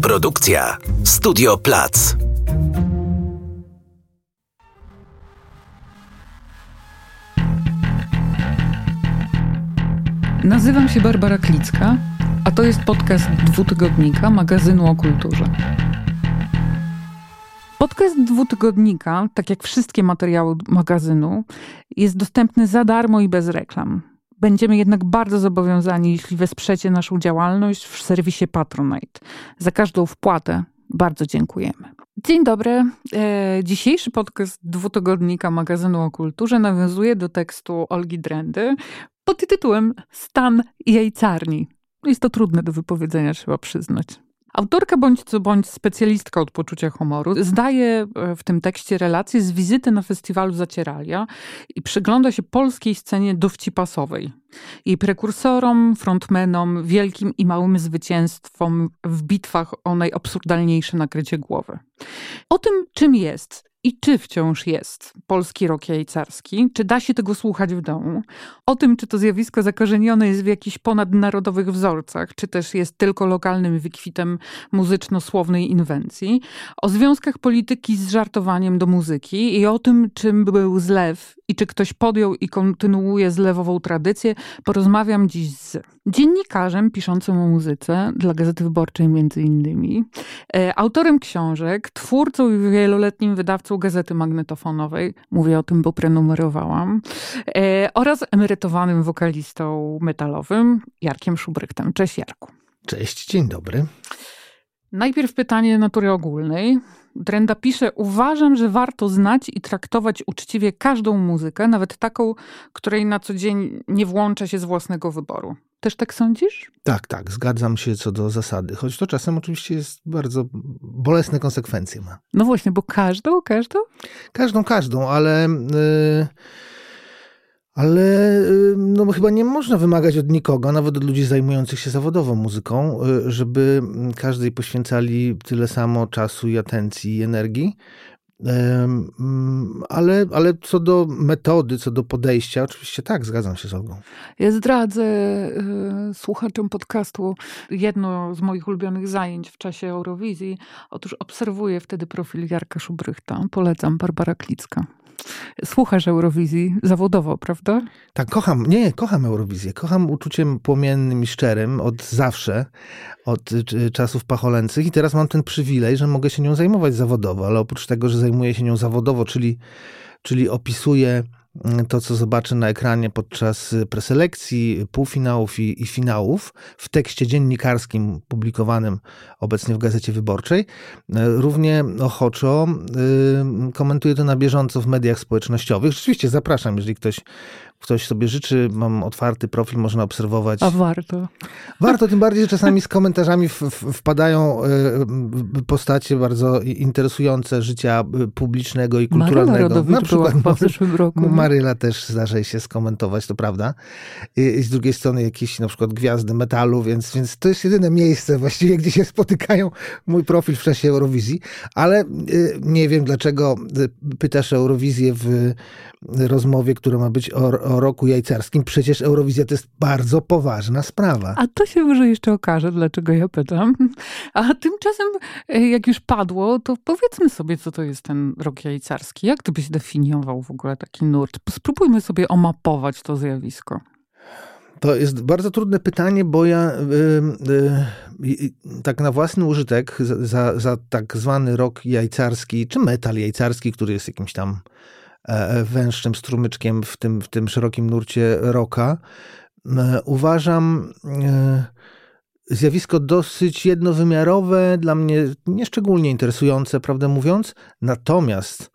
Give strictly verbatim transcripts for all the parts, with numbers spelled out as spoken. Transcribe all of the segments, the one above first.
Produkcja Studio Plac. Nazywam się Barbara Klicka, a to jest podcast Dwutygodnika, magazynu o kulturze. Podcast Dwutygodnika, tak jak wszystkie materiały magazynu, jest dostępny za darmo i bez reklam. Będziemy jednak bardzo zobowiązani, jeśli wesprzecie naszą działalność w serwisie Patronite. Za każdą wpłatę bardzo dziękujemy. Dzień dobry. E, dzisiejszy podcast Dwutygodnika, magazynu o kulturze nawiązuje do tekstu Olgi Drendy pod tytułem Stan jajcarni. Jest to trudne do wypowiedzenia, trzeba przyznać. Autorka bądź co bądź specjalistka od poczucia humoru zdaje w tym tekście relacje z wizyty na festiwalu Zacieralia i przygląda się polskiej scenie dowcipasowej. Jej prekursorom, frontmenom, wielkim i małym zwycięstwom w bitwach o najabsurdalniejsze nakrycie głowy. O tym, czym jest i czy wciąż jest polski rock jajcarski, czy da się tego słuchać w domu, o tym, czy to zjawisko zakorzenione jest w jakichś ponadnarodowych wzorcach, czy też jest tylko lokalnym wykwitem muzyczno-słownej inwencji, o związkach polityki z żartowaniem do muzyki i o tym, czym był zlew i czy ktoś podjął i kontynuuje zlewową tradycję, porozmawiam dziś z dziennikarzem piszącym o muzyce dla Gazety Wyborczej między innymi, e, autorem książek, twórcą i wieloletnim wydawcą Gazety Magnetofonowej, mówię o tym, bo prenumerowałam, e, oraz emerytowanym wokalistą metalowym Jarkiem Szubrychtem. Cześć Jarku. Cześć, dzień dobry. Najpierw pytanie natury ogólnej. Drenda pisze, uważam, że warto znać i traktować uczciwie każdą muzykę, nawet taką, której na co dzień nie włącza się z własnego wyboru. Też tak sądzisz? Tak, tak, zgadzam się co do zasady, choć to czasem oczywiście jest bardzo bolesne konsekwencje ma. No właśnie, bo każdą, każdą? Każdą, każdą, ale... Yy... Ale no, chyba nie można wymagać od nikogo, nawet od ludzi zajmujących się zawodowo muzyką, żeby każdej poświęcali tyle samo czasu i atencji i energii. Ale, ale co do metody, co do podejścia, oczywiście tak, zgadzam się z Olgą. Ja zdradzę y, słuchaczom podcastu jedno z moich ulubionych zajęć w czasie Eurowizji. Otóż obserwuję wtedy profil Jarka Szubrychta. Polecam, Barbara Klicka. Słuchasz Eurowizji zawodowo, prawda? Tak, kocham, nie, kocham Eurowizję. Kocham uczuciem płomiennym i szczerym od zawsze, od czasów pacholęcych i teraz mam ten przywilej, że mogę się nią zajmować zawodowo, ale oprócz tego, że zajmuję się nią zawodowo, czyli, czyli opisuję to, co zobaczę na ekranie podczas preselekcji, półfinałów i, i finałów w tekście dziennikarskim publikowanym obecnie w Gazecie Wyborczej. Równie ochoczo y, komentuję to na bieżąco w mediach społecznościowych. Rzeczywiście zapraszam, jeżeli ktoś, ktoś sobie życzy, mam otwarty profil, można obserwować. A warto. Warto, tym bardziej, że czasami z komentarzami w, w, wpadają y, postacie bardzo interesujące życia publicznego i kulturalnego. Na przykład w zeszłym roku. Maryla też zdarza się skomentować, to prawda. I z drugiej strony jakieś na przykład gwiazdy metalu, więc, więc to jest jedyne miejsce właściwie, gdzie się spotykają mój profil w czasie Eurowizji, ale nie wiem, dlaczego pytasz o Eurowizję w rozmowie, która ma być o, o roku jajcarskim. Przecież Eurowizja to jest bardzo poważna sprawa. A to się może jeszcze okaże, dlaczego ja pytam. A tymczasem, jak już padło, to powiedzmy sobie, co to jest ten rok jajcarski. Jak ty byś definiował w ogóle taki nurt? Spróbujmy sobie omapować to zjawisko. To jest bardzo trudne pytanie, bo ja y, y, tak na własny użytek za, za tak zwany rok jajcarski, czy metal jajcarski, który jest jakimś tam węższym strumyczkiem w tym, w tym szerokim nurcie rocka, uważam zjawisko dosyć jednowymiarowe, dla mnie nieszczególnie interesujące, prawdę mówiąc. Natomiast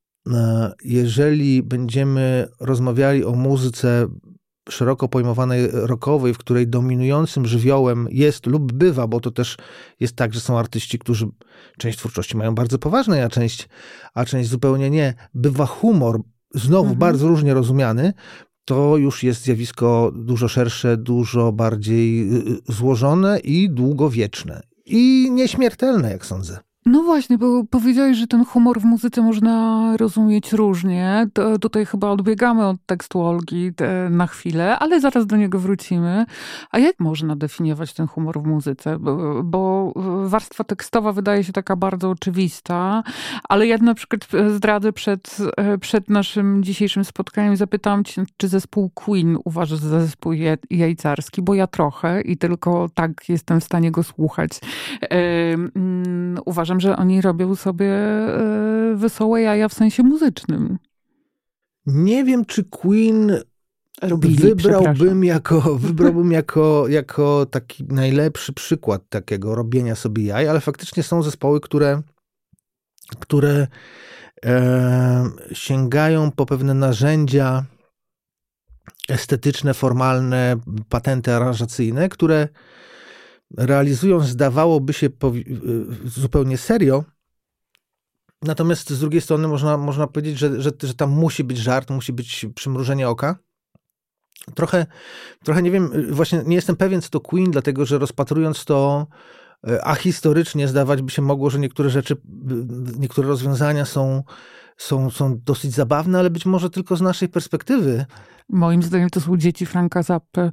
jeżeli będziemy rozmawiali o muzyce szeroko pojmowanej rockowej, w której dominującym żywiołem jest lub bywa, bo to też jest tak, że są artyści, którzy część twórczości mają bardzo poważnej, a część, a część zupełnie nie. Bywa humor, znowu mhm. bardzo różnie rozumiany, to już jest zjawisko dużo szersze, dużo bardziej złożone i długowieczne. I nieśmiertelne, jak sądzę. No właśnie, bo powiedziałeś, że ten humor w muzyce można rozumieć różnie. To, tutaj chyba odbiegamy od tekstu Olgi te, na chwilę, ale zaraz do niego wrócimy. A jak można definiować ten humor w muzyce? Bo, bo warstwa tekstowa wydaje się taka bardzo oczywista, ale ja na przykład zdradzę przed, przed naszym dzisiejszym spotkaniem, zapytałam cię, czy zespół Queen uważasz za zespół jajcarski, bo ja trochę i tylko tak jestem w stanie go słuchać. Uważam, że oni robią sobie wesołe jaja w sensie muzycznym. Nie wiem, czy Queen Robili, wybrałbym, jako, wybrałbym jako, jako taki najlepszy przykład takiego robienia sobie jaj, ale faktycznie są zespoły, które, które e, sięgają po pewne narzędzia estetyczne, formalne, patenty aranżacyjne, które realizują, zdawałoby się zupełnie serio. Natomiast z drugiej strony można, można powiedzieć, że, że, że tam musi być żart, musi być przymrużenie oka. Trochę, trochę nie wiem, właśnie nie jestem pewien co to Queen, dlatego że rozpatrując to ahistorycznie zdawać by się mogło, że niektóre rzeczy, niektóre rozwiązania są, są, są dosyć zabawne, ale być może tylko z naszej perspektywy. Moim zdaniem to są dzieci Franka Zappy.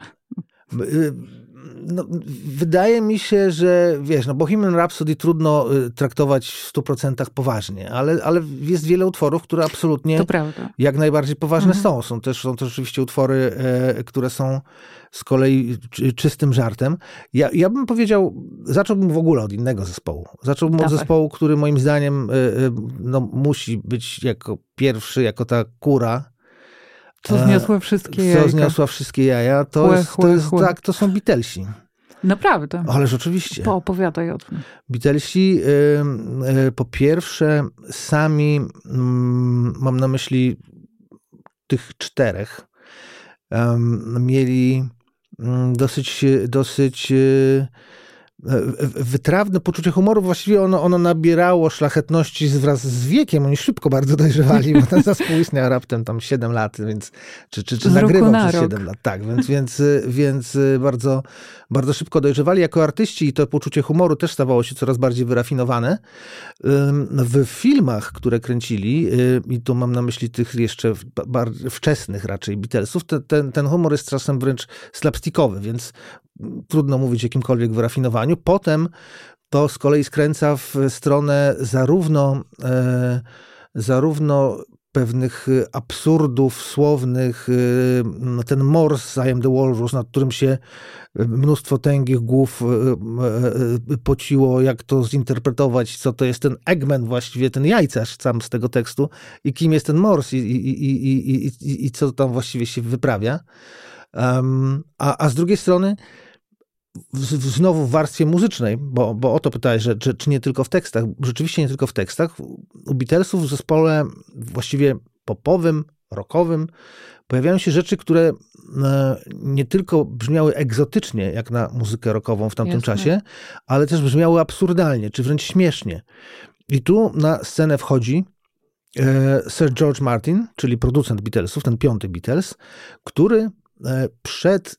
No, wydaje mi się, że wiesz, no Bohemian Rhapsody trudno traktować w stu procentach poważnie, ale, ale jest wiele utworów, które absolutnie jak najbardziej poważne mhm. są. Są też, są też oczywiście utwory, e, które są z kolei czystym żartem. Ja, ja bym powiedział, zacząłbym w ogóle od innego zespołu. Zacząłbym Dawaj. od zespołu, który moim zdaniem e, no, musi być jako pierwszy, jako ta kura, Co zniosła wszystkie jaja. Co zniosła wszystkie jaja. To, chłe, jest, chłe, to, jest, tak, to są Beatlesi. Naprawdę? Ależ oczywiście. Poopowiadaj o tym. Beatlesi y, y, po pierwsze sami, y, mam na myśli tych czterech, y, mieli y, dosyć, dosyć y, wytrawne poczucie humoru. Właściwie ono, ono nabierało szlachetności wraz z wiekiem. Oni szybko bardzo dojrzewali, bo ten zespół istniał raptem tam siedem lat, więc czy, czy, czy nagrywał na przez siedem lat. Tak, więc, więc, więc bardzo, bardzo szybko dojrzewali jako artyści i to poczucie humoru też stawało się coraz bardziej wyrafinowane. W filmach, które kręcili, i tu mam na myśli tych jeszcze wczesnych raczej Beatlesów, ten, ten, ten humor jest czasem wręcz slapstickowy, więc trudno mówić o jakimkolwiek wyrafinowaniu. Potem to z kolei skręca w stronę zarówno, e, zarówno pewnych absurdów słownych, e, ten Morse, I am the Walrus, nad którym się mnóstwo tęgich głów e, e, pociło, jak to zinterpretować, co to jest ten Eggman właściwie, ten jajcarz sam z tego tekstu i kim jest ten Morse i, i, i, i, i, i co tam właściwie się wyprawia. Um, a, a z drugiej strony w, w, znowu w warstwie muzycznej, bo, bo o to pytałeś, że, że czy nie tylko w tekstach. Rzeczywiście nie tylko w tekstach. U Beatlesów w zespole właściwie popowym, rockowym pojawiają się rzeczy, które e, nie tylko brzmiały egzotycznie, jak na muzykę rockową w tamtym Jasne. czasie, ale też brzmiały absurdalnie, czy wręcz śmiesznie. I tu na scenę wchodzi e, Sir George Martin, czyli producent Beatlesów, ten piąty Beatles, który przed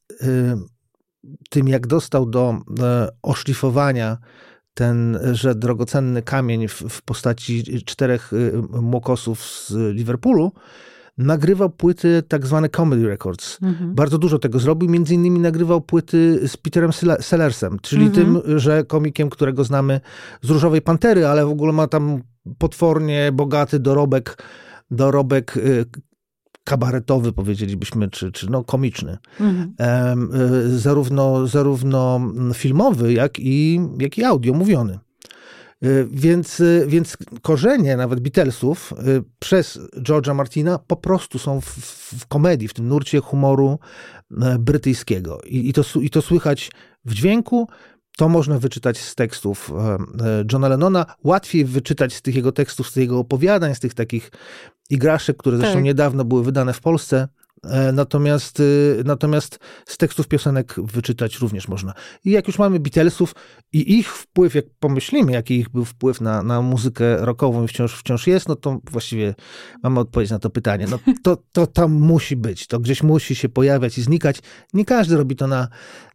tym, jak dostał do oszlifowania tenże drogocenny kamień w, w postaci czterech młokosów z Liverpoolu, nagrywał płyty tak zwane comedy records. Mhm. Bardzo dużo tego zrobił. Między innymi nagrywał płyty z Peterem Sellersem, czyli mhm. tym, że komikiem, którego znamy z Różowej Pantery, ale w ogóle ma tam potwornie bogaty dorobek, dorobek kabaretowy, powiedzielibyśmy, czy, czy no komiczny. Mhm. Um, y, zarówno, zarówno filmowy, jak i, jak i audio, mówiony. Y, więc, y, więc korzenie nawet Beatlesów y, przez George'a Martina po prostu są w, w komedii, w tym nurcie humoru y, brytyjskiego. I, i, to, I to słychać w dźwięku. To można wyczytać z tekstów Johna Lennona. Łatwiej wyczytać z tych jego tekstów, z tych jego opowiadań, z tych takich igraszek, które zresztą tak. niedawno były wydane w Polsce. Natomiast, natomiast z tekstów piosenek wyczytać również można. I jak już mamy Beatlesów i ich wpływ, jak pomyślimy, jaki ich był wpływ na, na muzykę rockową i wciąż, wciąż jest, no to właściwie mamy odpowiedź na to pytanie. No to, to tam musi być, to gdzieś musi się pojawiać i znikać. Nie każdy robi to na,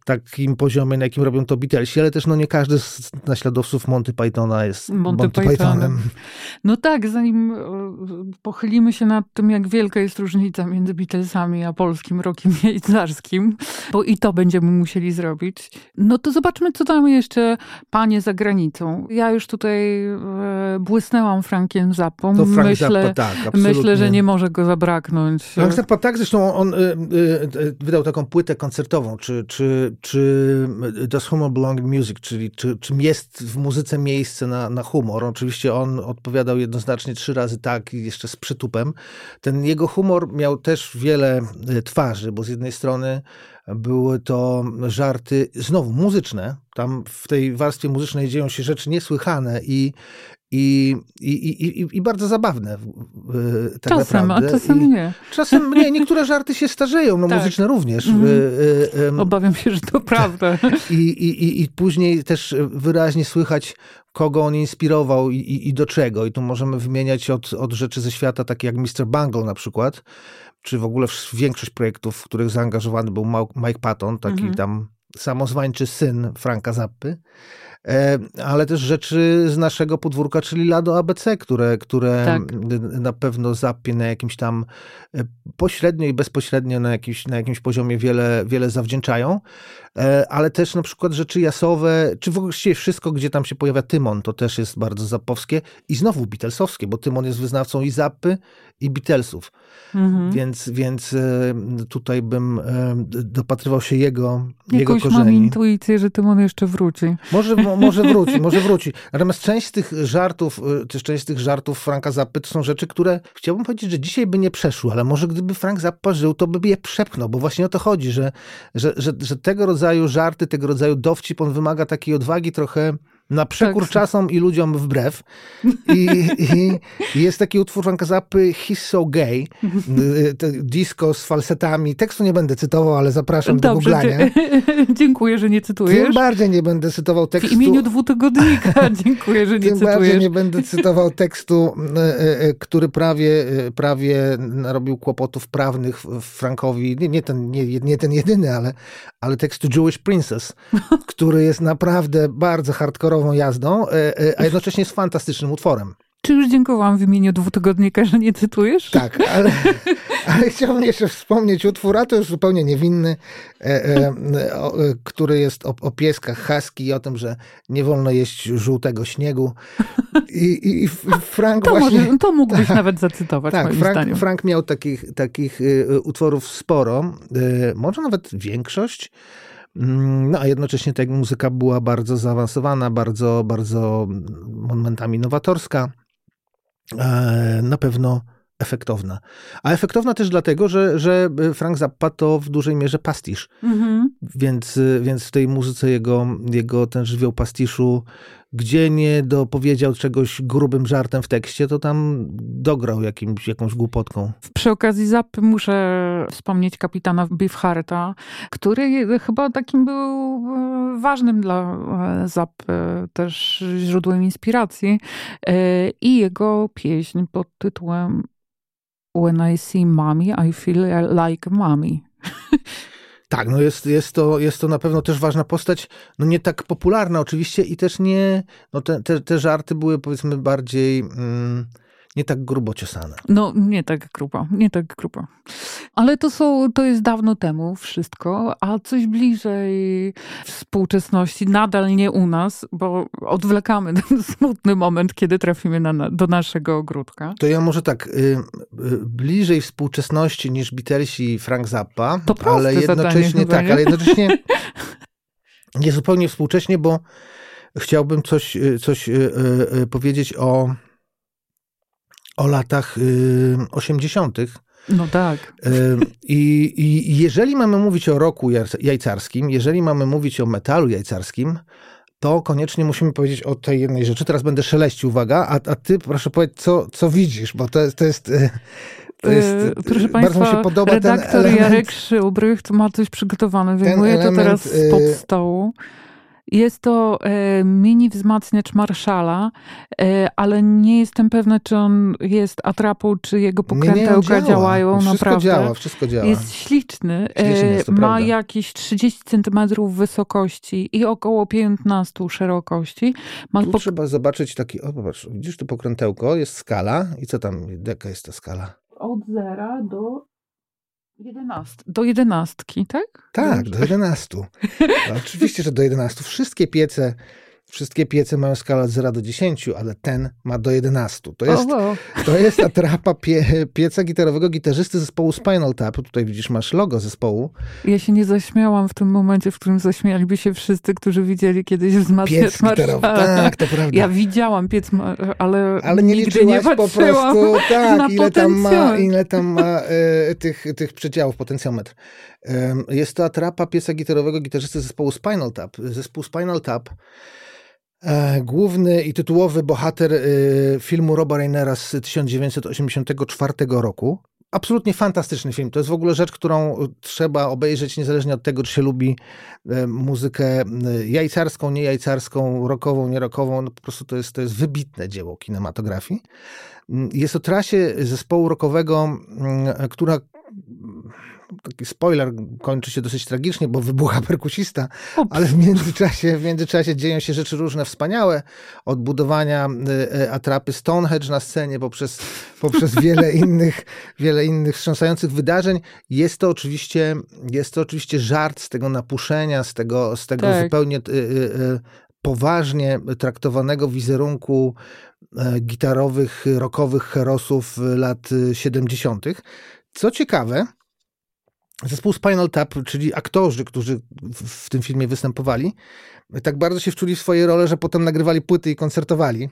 takim poziomie, na jakim robią to Beatlesi, ale też no nie każdy z naśladowców Monty Pythona jest Monty, Monty Pythonem. Pythonem. No tak, zanim pochylimy się nad tym, jak wielka jest różnica między Beatlesami a polskim rockiem jajcarskim, bo i to będziemy musieli zrobić, no to zobaczmy, co tam jeszcze panie za granicą. Ja już tutaj e, błysnęłam Frankiem Zappą. To Frank myślę, Zappa, tak, absolutnie. myślę, że nie może go zabraknąć. Frank Zappa, tak, zresztą on y, y, wydał taką płytę koncertową, czy, czy, czy Does Humor Belong in Music, czyli czy, czym jest w muzyce miejsce na, na humor. Oczywiście on odpowiadał jednoznacznie trzy razy tak i jeszcze z przytupem. Ten jego humor miał też wiele twarzy, bo z jednej strony były to żarty, znowu muzyczne. Tam w tej warstwie muzycznej dzieją się rzeczy niesłychane i, i, i, i, i bardzo zabawne. Tak czasem, naprawdę. a czasem I nie. Czasem nie, niektóre żarty się starzeją, no tak. muzyczne również. Mm. Y, y, Obawiam się, że to prawda. I, i, I później też wyraźnie słychać, kogo on inspirował i, i, i do czego. I tu możemy wymieniać od, od rzeczy ze świata, takie jak mister Bungle na przykład, czy w ogóle większość projektów, w których zaangażowany był Mike Patton, taki mm-hmm. tam samozwańczy syn Franka Zappy, ale też rzeczy z naszego podwórka, czyli Lado A B C, które, które tak. na pewno Zappie na jakimś tam pośrednio i bezpośrednio na jakimś, na jakimś poziomie wiele, wiele zawdzięczają, ale też na przykład rzeczy jasowe, czy właściwie wszystko, gdzie tam się pojawia Tymon, to też jest bardzo zappowskie i znowu Beatlesowskie, bo Tymon jest wyznawcą i Zappy, i Beatlesów. Mhm. Więc, więc tutaj bym dopatrywał się jego, jego korzeni. Mam intuicję, że Tymon jeszcze wróci. Może, może wróci, może wróci. Natomiast część z tych żartów, też część z tych żartów Franka Zappy to są rzeczy, które chciałbym powiedzieć, że dzisiaj by nie przeszły, ale może gdyby Frank Zappa żył, to by je przepchnął, bo właśnie o to chodzi, że, że, że, że tego rodzaju żarty, tego rodzaju dowcip, on wymaga takiej odwagi trochę na przekór tak. czasom i ludziom wbrew. I, i, i jest taki utwór Franka Zappy, He's So Gay, disco z falsetami. Tekstu nie będę cytował, ale zapraszam Dobrze, do googlania. Dziękuję, że nie cytujesz. Tym bardziej nie będę cytował tekstu. W imieniu dwutygodnika dziękuję, że nie Tym cytujesz. Tym bardziej nie będę cytował tekstu, który prawie, prawie narobił kłopotów prawnych Frankowi. Nie, nie, ten, nie, nie ten jedyny, ale, ale tekstu Jewish Princess, który jest naprawdę bardzo hardkorową jazdą, a jednocześnie jest fantastycznym utworem. Czy już dziękowałam w imieniu dwutygodnika, że nie cytujesz? Tak, ale, ale chciałbym jeszcze wspomnieć utwór, a to już zupełnie niewinny, e, e, o, który jest o, o pieskach husky i o tym, że nie wolno jeść żółtego śniegu. I, i, i Frank to właśnie... Może, to mógłbyś ta, nawet zacytować, tak, moim Frank, zdaniem. Frank miał takich, takich y, utworów sporo, y, może nawet większość. No a jednocześnie ta muzyka była bardzo zaawansowana, bardzo, bardzo momentami nowatorska, na pewno efektowna. A efektowna też dlatego, że, że Frank Zappa to w dużej mierze pastisz. Mm-hmm. Więc, więc w tej muzyce jego, jego ten żywioł pastiszu, gdzie nie dopowiedział czegoś grubym żartem w tekście, to tam dograł jakimś, jakąś głupotką. Przy okazji Zappy muszę wspomnieć kapitana Beefhearta, który chyba takim był ważnym dla Zappy też źródłem inspiracji, i jego pieśń pod tytułem When I See Mommy, I Feel Like Mommy. Tak, no jest, jest, to, jest to na pewno też ważna postać, no nie tak popularna oczywiście i też nie, no te, te, te żarty były powiedzmy bardziej mm, nie tak grubo ciosane. No nie tak grubo, nie tak grubo. Ale to są, to jest dawno temu wszystko, a coś bliżej współczesności, nadal nie u nas, bo odwlekamy ten smutny moment, kiedy trafimy na, do naszego ogródka. To ja może tak, y, y, bliżej współczesności niż Beatlesi i Frank Zappa, to proste ale jednocześnie zadanie, tak, ale jednocześnie nie zupełnie współcześnie, bo chciałbym coś, coś y, y, powiedzieć o o latach y, osiemdziesiątych. No tak. I, I jeżeli mamy mówić o rocku jajcarskim, jeżeli mamy mówić o metalu jajcarskim, to koniecznie musimy powiedzieć o tej jednej rzeczy. Teraz będę szeleścił, uwaga, a, a ty proszę powiedzieć, co, co widzisz, bo to jest... To jest To jest, Proszę bardzo Państwa, mi się podoba redaktor ten element, Jarek Szybrych ma coś przygotowane. Wyjmuję to teraz spod stołu. Jest to e, mini wzmacniacz Marshalla, e, ale nie jestem pewna, czy on jest atrapą, czy jego pokrętełka nie, nie, działa. działają wszystko naprawdę. Wszystko działa, wszystko działa. Jest śliczny. Śliczny jest, to ma prawda. jakieś trzydzieści centymetrów wysokości i około piętnaście szerokości. Ma Tu pok- trzeba zobaczyć taki, o popatrz, widzisz tu pokrętełko, jest skala i co tam, jaka jest ta skala? Od zera do jedenastki. Do jedenastki, tak? Tak, do jedenastu. No, oczywiście, że do jedenastu. Wszystkie piece, wszystkie piece mają skalę od zera do dziesięciu, ale ten ma do jedenastu. To jest, O, wow. to jest atrapa pie, pieca gitarowego gitarzysty zespołu Spinal Tap. Tutaj widzisz, masz logo zespołu. Ja się nie zaśmiałam w tym momencie, w którym zaśmialiby się wszyscy, którzy widzieli kiedyś wzmacniacz Piec gitarowy, tak, to prawda. Ja widziałam piec, ale, ale nie nigdy nie liczyłaś po patrzyłam prostu, tak, na ile tam ma, potencjał. ile tam ma e, tych, tych przedziałów, potencjometr. E, jest to atrapa pieca gitarowego gitarzysty zespołu Spinal Tap. Zespół Spinal Tap, e, główny i tytułowy bohater e, filmu Roba Reinera z tysiąc dziewięćset osiemdziesiątego czwartego roku. Absolutnie fantastyczny film. To jest w ogóle rzecz, którą trzeba obejrzeć niezależnie od tego, czy się lubi e, muzykę jajcarską, nie jajcarską, rockową, nie rockową. No, po prostu to jest, to jest wybitne dzieło kinematografii. Jest o trasie zespołu rockowego, która, taki spoiler, kończy się dosyć tragicznie, bo wybucha perkusista, Ups. ale w międzyczasie, w międzyczasie dzieją się rzeczy różne wspaniałe, od budowania atrapy Stonehenge na scenie, poprzez, poprzez wiele innych, wiele innych wstrząsających wydarzeń. Jest to oczywiście, jest to oczywiście żart z tego napuszenia, z tego, z tego Tak. zupełnie y, y, poważnie traktowanego wizerunku gitarowych, rockowych herosów lat siedemdziesiątych. Co ciekawe, zespół Spinal Tap, czyli aktorzy, którzy w, w tym filmie występowali, tak bardzo się wczuli w swoje role, że potem nagrywali płyty i koncertowali.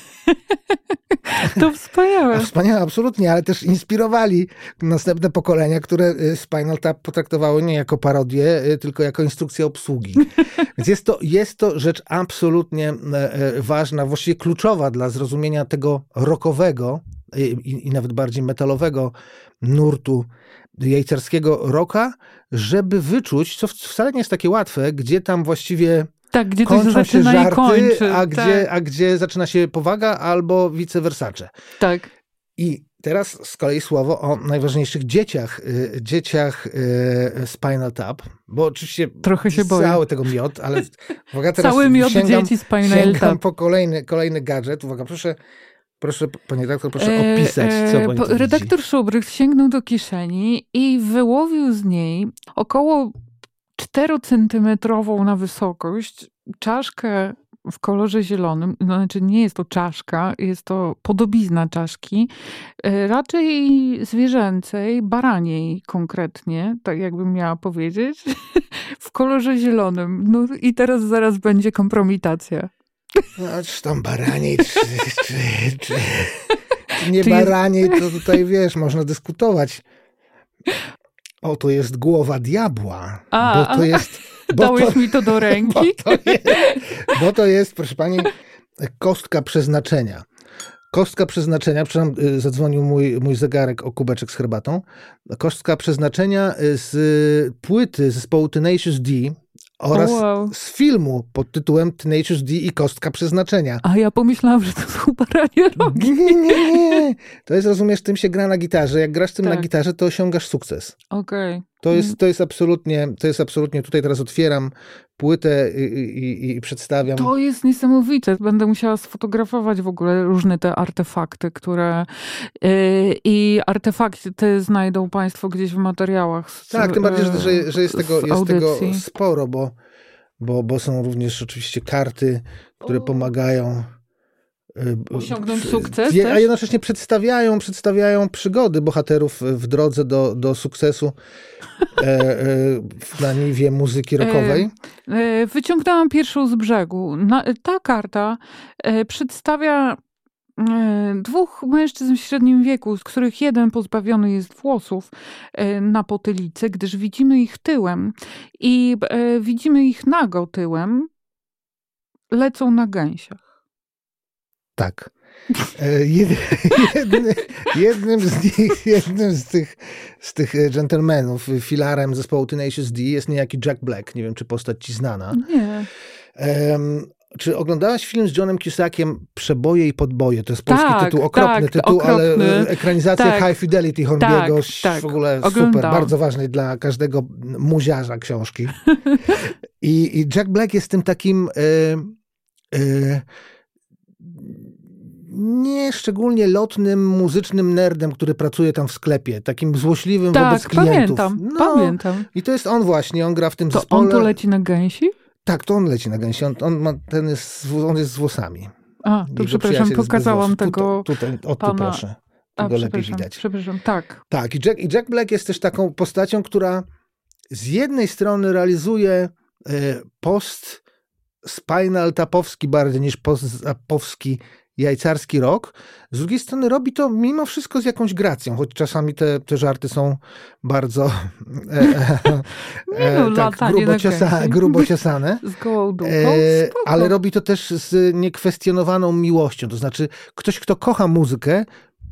To wspaniałe. Wspaniałe, absolutnie, ale też inspirowali następne pokolenia, które Spinal Tap potraktowały nie jako parodię, tylko jako instrukcję obsługi. Więc jest to, jest to rzecz absolutnie ważna, właściwie kluczowa dla zrozumienia tego rockowego i, i nawet bardziej metalowego nurtu jajcarskiego rocka, żeby wyczuć, co wcale nie jest takie łatwe, gdzie tam właściwie tak, gdzie to się kończą się zaczyna żarty, i kończy. a, Tak. gdzie, a gdzie zaczyna się powaga albo vice versace. Tak. I teraz z kolei słowo o najważniejszych dzieciach, y, dzieciach y, Spinal Tap, bo oczywiście trochę się boję. Cały tego miot, ale uwaga, teraz cały miot sięgam, dzieci Spinal sięgam Tap. po kolejny, kolejny gadżet. Uwaga, proszę, proszę, panie redaktor, proszę opisać, co e, pani po, tu Redaktor widzi. Szubrych sięgnął do kieszeni i wyłowił z niej około czterocentymetrową na wysokość czaszkę w kolorze zielonym. No, znaczy nie jest to czaszka, jest to podobizna czaszki. Raczej zwierzęcej, baraniej konkretnie, tak jakbym miała powiedzieć, w kolorze zielonym. No i teraz zaraz będzie kompromitacja. No, czy tam baraniej, czy, czy, czy, czy nie Czy jest- baraniej, to tutaj wiesz, można dyskutować. O, to jest głowa diabła, A, bo to a, jest... Bo Dałeś to, mi to do ręki? Bo to, jest, bo to jest, proszę pani, kostka przeznaczenia. Kostka przeznaczenia, przepraszam, zadzwonił mój, mój zegarek o kubeczek z herbatą. Kostka przeznaczenia z płyty zespołu Tenacious D oraz Wow. z filmu pod tytułem Tenacious D i Kostka przeznaczenia. A ja pomyślałam, że to są baranie rogi. Nie, nie, nie. To jest, rozumiesz, tym się gra na gitarze. Jak grasz tym Tak. na gitarze, to osiągasz sukces. Okej. To jest, to jest absolutnie, to jest absolutnie, tutaj teraz otwieram płytę i, i, i przedstawiam. To jest niesamowite. Będę musiała sfotografować w ogóle różne te artefakty, które yy, i artefakty te znajdą państwo gdzieś w materiałach. Z, Tak, tym bardziej, że, że, że jest, tego, z jest tego audycji. sporo, bo, bo, bo są również oczywiście karty, które O. pomagają y, Osiągnąć przy- sukces wie- też? A jednocześnie przedstawiają, przedstawiają przygody bohaterów w drodze do, do sukcesu e, e, na niwie muzyki rockowej. E, Wyciągnęłam pierwszą z brzegu. Na, ta karta e, przedstawia e, dwóch mężczyzn w średnim wieku, z których jeden pozbawiony jest włosów e, na potylicy, gdyż widzimy ich tyłem i e, widzimy ich nago tyłem. Lecą na gęsiach. Tak. E, jed, jedny, jednym z nich, jednym z tych, z tych dżentelmenów, filarem zespołu Tenacious D jest niejaki Jack Black. Nie wiem, czy postać ci znana. Nie. Um, czy oglądałaś film z Johnem Cusackiem Przeboje i podboje? To jest polski tak, tytuł, okropny tak, tytuł, okropny. ale ekranizacja tak. High Fidelity Hornbiego, tak, tak. w ogóle Oglądałam. super, bardzo ważnej dla każdego muziarza książki. I, I Jack Black jest tym takim y, y, nie szczególnie lotnym, muzycznym nerdem, który pracuje tam w sklepie, takim złośliwym tak, wobec klientów. Pamiętam, no, pamiętam. I to jest on właśnie, on gra w tym to zespole. On tu leci na gęsi? Tak, to on leci na gęsi. On, on, ma, ten jest, on jest z włosami. A, to Jego przepraszam, pokazałam tego Tutaj, tutaj, o tu pana... proszę. Tu A, go lepiej widać. Przepraszam, tak. Tak, i Jack, i Jack Black jest też taką postacią, która z jednej strony realizuje y, post Spinal Tapowski bardziej niż post Tapowski jajcarski rock. Z drugiej strony robi to mimo wszystko z jakąś gracją, choć czasami te, te żarty są bardzo e, e, e, no, tak, grubo, ciosa, grubo ciosane. Z gołą dupą, e, ale robi to też z niekwestionowaną miłością. To znaczy ktoś, kto kocha muzykę,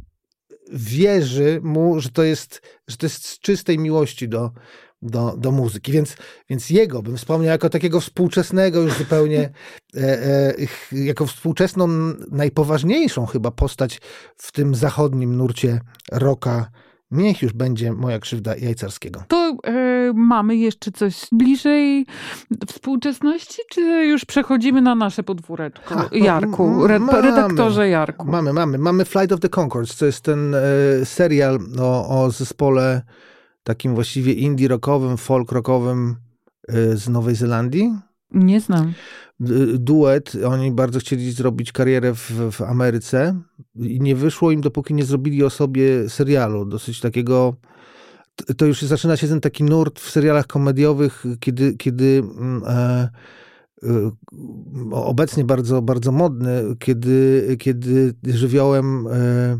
wierzy mu, że to jest, że to jest z czystej miłości do, do, do muzyki. Więc, więc jego bym wspomniał jako takiego współczesnego już zupełnie, e, e, jako współczesną, najpoważniejszą chyba postać w tym zachodnim nurcie rocka. Niech już będzie moja krzywda jajcarskiego. To e, mamy jeszcze coś bliżej współczesności, czy już przechodzimy na nasze podwóreczko? Ha, Jarku, re, mamy, redaktorze Jarku. Mamy, mamy. Mamy Flight of the Conchords, to jest ten e, serial o, o zespole takim właściwie indie rockowym, folk rockowym e, z Nowej Zelandii. Nie znam. Duet. Oni bardzo chcieli zrobić karierę w, w Ameryce i nie wyszło im, dopóki nie zrobili o sobie serialu. Dosyć takiego... To już zaczyna się ten taki nurt w serialach komediowych, kiedy, kiedy e, e, obecnie bardzo, bardzo modny, kiedy, kiedy żywiołem e,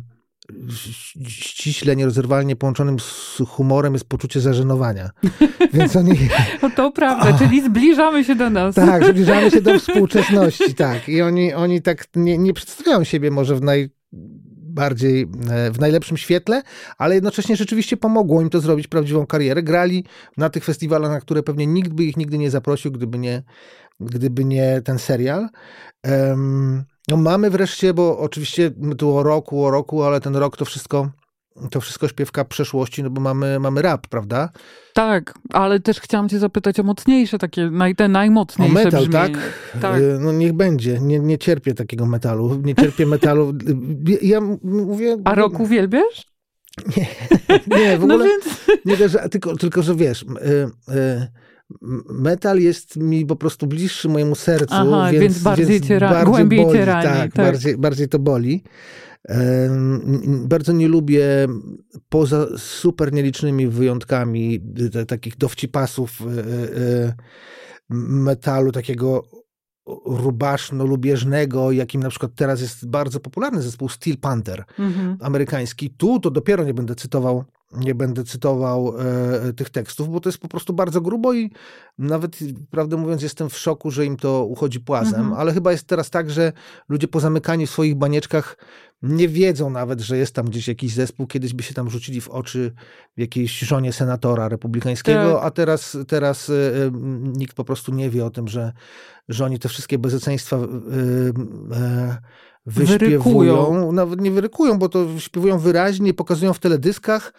ściśle, nierozerwalnie połączonym z humorem jest poczucie zażenowania. Więc oni... No to prawda, czyli zbliżamy się do nas. Tak, zbliżamy się do współczesności, tak. I oni, oni tak nie, nie przedstawiają siebie może w najbardziej, w najlepszym świetle, ale jednocześnie rzeczywiście pomogło im to zrobić prawdziwą karierę. Grali na tych festiwalach, na które pewnie nikt by ich nigdy nie zaprosił, gdyby nie, gdyby nie ten serial. Um, No mamy wreszcie, bo oczywiście tu o roku, o roku, ale ten rok to wszystko, to wszystko śpiewka przeszłości, no bo mamy, mamy rap, prawda? Tak, ale też chciałam cię zapytać o mocniejsze, takie naj, te najmocniejsze o metal, brzmienie. tak? tak? No niech będzie. Nie, nie cierpię takiego metalu. Nie cierpię metalu. Ja mówię... A rock uwielbiasz? Nie, nie, w ogóle... No więc... Nie, że, tylko, tylko, że wiesz... Y, y, metal jest mi po prostu bliższy mojemu sercu, Aha, więc, więc bardziej więc cię ra- bardziej głębiej boli, cię rani. Tak, tak. Bardziej, bardziej to boli. Um, bardzo nie lubię, poza super nielicznymi wyjątkami t- takich dowcipasów y, y, metalu, takiego rubaszno-lubieżnego, jakim na przykład teraz jest bardzo popularny zespół Steel Panther, mhm. amerykański. Tu to dopiero nie będę cytował nie będę cytował e, tych tekstów, bo to jest po prostu bardzo grubo i nawet, prawdę mówiąc, jestem w szoku, że im to uchodzi płazem, mhm. ale chyba jest teraz tak, że ludzie pozamykani w swoich banieczkach nie wiedzą nawet, że jest tam gdzieś jakiś zespół, kiedyś by się tam rzucili w oczy jakiejś żonie senatora republikańskiego, tak. a teraz, teraz e, nikt po prostu nie wie o tym, że, że oni te wszystkie bezeceństwa e, e, wyśpiewują, wyrykują. Nawet nie wyrykują, bo to śpiewują wyraźnie, pokazują w teledyskach.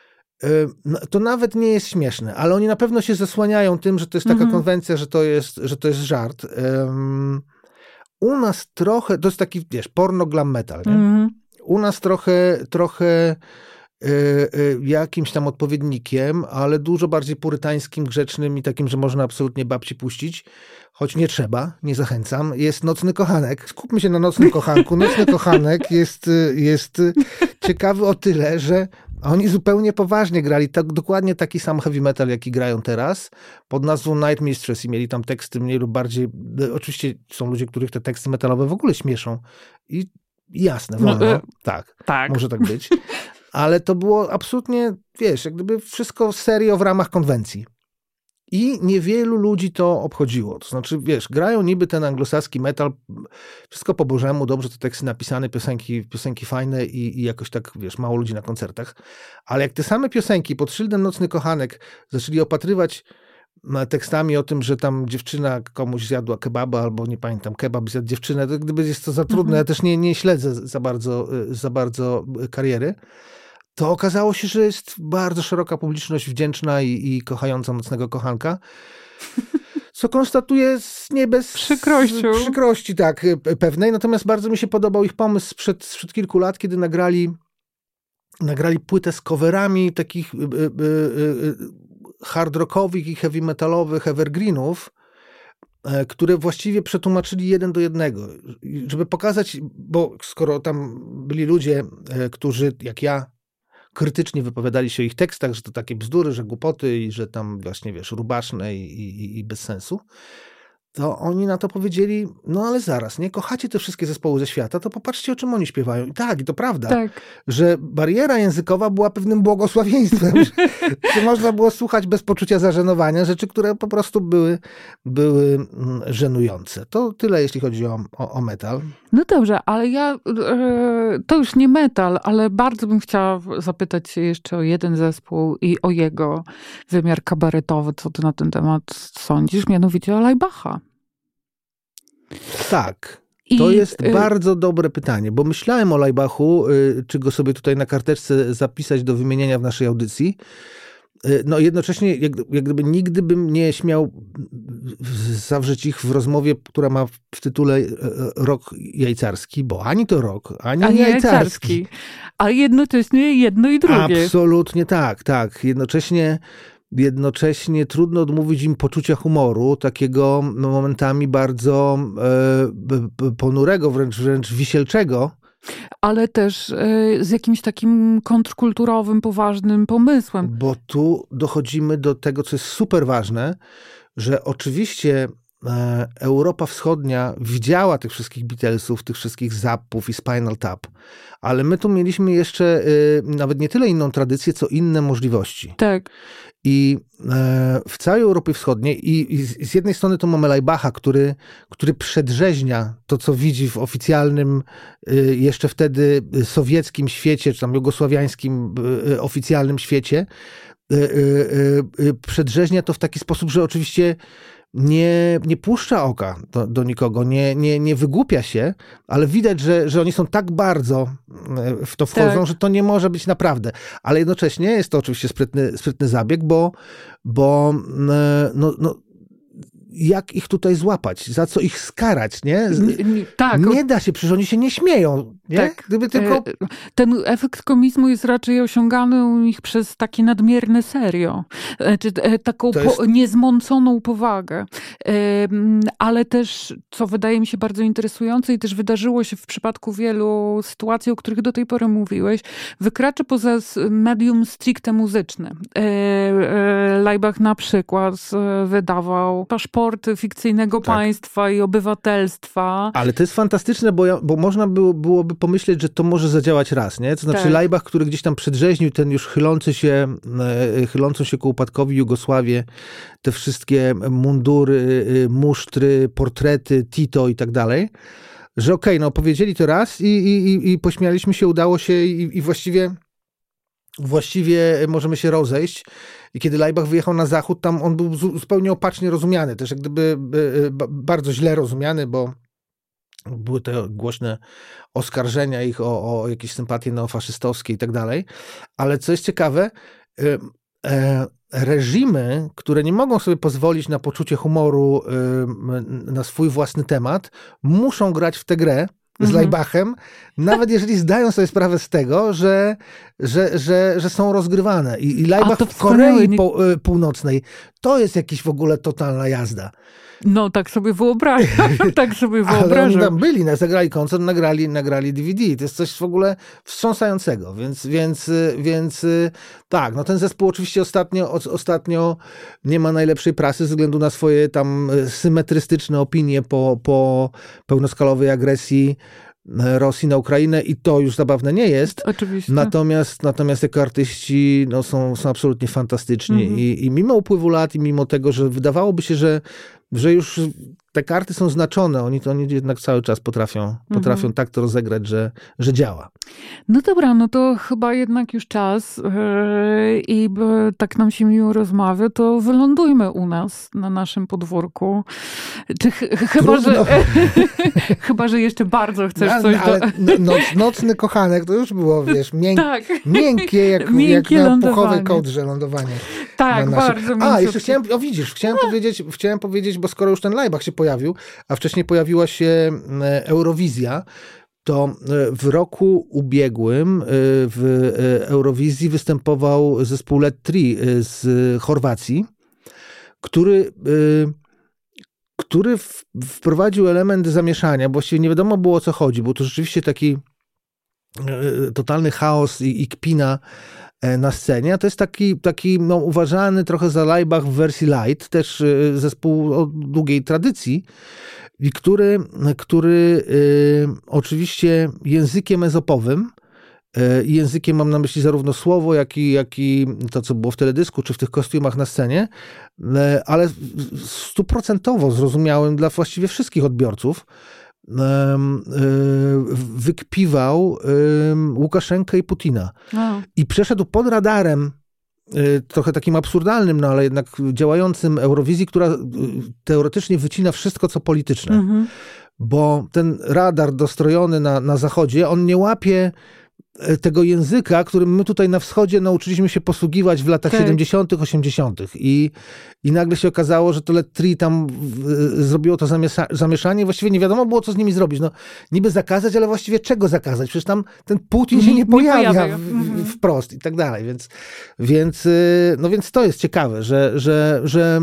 To nawet nie jest śmieszne, ale oni na pewno się zasłaniają tym, że to jest taka mhm. konwencja, że to jest, że to jest żart. Um, u nas trochę, to jest taki, wiesz, porno glam metal, nie? Mhm. U nas trochę, trochę y, y, jakimś tam odpowiednikiem, ale dużo bardziej purytańskim, grzecznym i takim, że można absolutnie babci puścić, choć nie trzeba, nie zachęcam, jest Nocny Kochanek. Skupmy się na Nocnym Kochanku. Nocny Kochanek jest, jest ciekawy o tyle, że oni zupełnie poważnie grali tak, dokładnie taki sam heavy metal, jaki grają teraz, pod nazwą Night Mistress i mieli tam teksty mniej lub bardziej, oczywiście są ludzie, których te teksty metalowe w ogóle śmieszą i jasne, wolno, no, y- tak, tak, może tak być, ale to było absolutnie, wiesz, jak gdyby wszystko serio w ramach konwencji. I niewielu ludzi to obchodziło. To znaczy, wiesz, grają niby ten anglosaski metal, wszystko po bożemu, dobrze te teksty napisane, piosenki, piosenki fajne i, i jakoś tak, wiesz, mało ludzi na koncertach. Ale jak te same piosenki pod szyldem Nocny Kochanek zaczęli opatrywać tekstami o tym, że tam dziewczyna komuś zjadła kebaba, albo nie pamiętam, kebab zjadł dziewczynę, to gdyby jest to za trudne, mhm. ja też nie, nie śledzę za bardzo, za bardzo kariery, to okazało się, że jest bardzo szeroka publiczność wdzięczna i, i kochająca mocnego kochanka, co konstatuję z nie bez przykrością. przykrości tak, pewnej. Natomiast bardzo mi się podobał ich pomysł sprzed, sprzed kilku lat, kiedy nagrali, nagrali płytę z coverami takich y, y, y, hard rockowych i heavy metalowych evergreenów, y, które właściwie przetłumaczyli jeden do jednego. Żeby pokazać, bo skoro tam byli ludzie, y, którzy jak ja krytycznie wypowiadali się o ich tekstach, że to takie bzdury, że głupoty i że tam właśnie, wiesz, rubaszne i, i, i bez sensu, to oni na to powiedzieli, no ale zaraz, nie? Kochacie te wszystkie zespoły ze świata, to popatrzcie, o czym oni śpiewają. I tak, i to prawda, tak. że bariera językowa była pewnym błogosławieństwem, że można było słuchać bez poczucia zażenowania, rzeczy, które po prostu były, były żenujące. To tyle, jeśli chodzi o, o, o metal. No dobrze, ale ja, to już nie metal, ale bardzo bym chciała zapytać się jeszcze o jeden zespół i o jego wymiar kabaretowy. Co ty na ten temat sądzisz? Mianowicie o Lajbacha. Tak. To I, jest y- bardzo dobre pytanie, bo myślałem o Lajbachu, y, czy go sobie tutaj na karteczce zapisać do wymienienia w naszej audycji. No jednocześnie, jak, jak gdyby nigdy bym nie śmiał zawrzeć ich w rozmowie, która ma w tytule rok jajcarski, bo ani to rok, ani, ani jajcarski. jajcarski. A jednocześnie jedno i drugie. Absolutnie tak, tak. Jednocześnie, jednocześnie trudno odmówić im poczucia humoru, takiego momentami bardzo e, ponurego, wręcz, wręcz wisielczego. Ale też y, z jakimś takim kontrkulturowym, poważnym pomysłem. Bo tu dochodzimy do tego, co jest super ważne, że oczywiście e, Europa Wschodnia widziała tych wszystkich Beatlesów, tych wszystkich Zappów i Spinal Tap, ale my tu mieliśmy jeszcze y, nawet nie tyle inną tradycję, co inne możliwości. Tak. I e, w całej Europie Wschodniej i, i z jednej strony to mamy Lajbacha, który, który przedrzeźnia to, co widzi w oficjalnym, y, jeszcze wtedy sowieckim świecie, czy tam jugosławiańskim y, oficjalnym świecie, y, y, y, przedrzeźnia to w taki sposób, że oczywiście nie, nie puszcza oka do, do nikogo, nie, nie, nie wygłupia się, ale widać, że, że oni są tak bardzo w to wchodzą, tak. że to nie może być naprawdę. Ale jednocześnie jest to oczywiście sprytny, sprytny zabieg, bo, bo no, no, jak ich tutaj złapać? Za co ich skarać, nie? nie tak. Nie da się, przecież oni się nie śmieją. Nie? Tak. Gdyby tylko... Ten efekt komizmu jest raczej osiągany u nich przez takie nadmierne serio. Czy taką jest... po, niezmąconą powagę. Ale też, co wydaje mi się bardzo interesujące i też wydarzyło się w przypadku wielu sytuacji, o których do tej pory mówiłeś, wykracza poza medium stricte muzyczne. Laibach na przykład wydawał paszporty fikcyjnego tak. państwa i obywatelstwa. Ale to jest fantastyczne, bo, ja, bo można było, byłoby pomyśleć, że to może zadziałać raz, nie? To znaczy tak. Laibach, który gdzieś tam przedrzeźnił ten już chylący się, chylącą się ku upadkowi Jugosławię, te wszystkie mundury, musztry, portrety, Tito i tak dalej, że okej, okay, no powiedzieli to raz i, i, i pośmialiśmy się, udało się i, i właściwie właściwie możemy się rozejść. I kiedy Laibach wyjechał na zachód, tam on był zupełnie opacznie rozumiany, też jak gdyby bardzo źle rozumiany, bo były te głośne oskarżenia ich o, o jakieś sympatie neofaszystowskie i tak dalej. Ale co jest ciekawe, reżimy, które nie mogą sobie pozwolić na poczucie humoru na swój własny temat, muszą grać w tę grę z mm-hmm. Laibachem, nawet jeżeli zdają sobie sprawę z tego, że, że, że, że są rozgrywane. I, i Laibach w Korei nie... po, Północnej to jest jakiś w ogóle totalna jazda. No, tak sobie wyobrażam. tak sobie wyobrażam. Ale oni tam byli, zagrali koncert, nagrali, nagrali D V D. To jest coś w ogóle wstrząsającego. Więc, więc, więc tak, no ten zespół oczywiście ostatnio, ostatnio nie ma najlepszej prasy ze względu na swoje tam symetrystyczne opinie po, po pełnoskalowej agresji Rosji na Ukrainę i to już zabawne nie jest. Oczywiście. Natomiast, natomiast jako artyści no, są, są absolutnie fantastyczni. Mm-hmm. I, I mimo upływu lat i mimo tego, że wydawałoby się, że, że już te karty są znaczone, oni to oni jednak cały czas potrafią, potrafią mhm. tak to rozegrać, że, że działa. No dobra, no to chyba jednak już czas yy, i tak nam się miło rozmawia, to wylądujmy u nas, na naszym podwórku. Czy ch- chyba, że, chyba, że jeszcze bardzo chcesz no, coś... Ale do... noc, nocny kochanek to już było, wiesz, mięk, tak. miękkie, jak, miękkie jak na puchowej kołdrze lądowanie. Tak, naszym... bardzo miękkie. A, jeszcze chciałem, o widzisz, chciałem powiedzieć, chciałem powiedzieć, bo skoro już ten Laibach się pojawił, a wcześniej pojawiła się Eurowizja, to w roku ubiegłym w Eurowizji występował zespół Let Tri z Chorwacji, który, który wprowadził element zamieszania. Właściwie nie wiadomo było, o co chodzi, bo to rzeczywiście taki totalny chaos i, i kpina na scenie, a to jest taki, taki no, uważany trochę za Laibach w wersji light, też zespół o długiej tradycji, i który, który y, oczywiście językiem ezopowym, y, językiem mam na myśli zarówno słowo, jak i, jak i to, co było w teledysku, czy w tych kostiumach na scenie, y, ale stuprocentowo zrozumiałym dla właściwie wszystkich odbiorców, y, y, wykpiwał y, Łukaszenkę i Putina. Wow. I przeszedł pod radarem trochę takim absurdalnym, no ale jednak działającym Eurowizji, która teoretycznie wycina wszystko, co polityczne. Mhm. Bo ten radar dostrojony na, na zachodzie, on nie łapie tego języka, którym my tutaj na wschodzie nauczyliśmy się posługiwać w latach tak. siedemdziesiątych, osiemdziesiątych. I, I nagle się okazało, że to Let Tri tam w, zrobiło to zamiesza, zamieszanie. Właściwie nie wiadomo było, co z nimi zrobić. No, niby zakazać, ale właściwie czego zakazać? Przecież tam ten Putin się nie, nie pojawia, pojawia. W, w, wprost i tak dalej. Więc, więc, no więc to jest ciekawe, że, że, że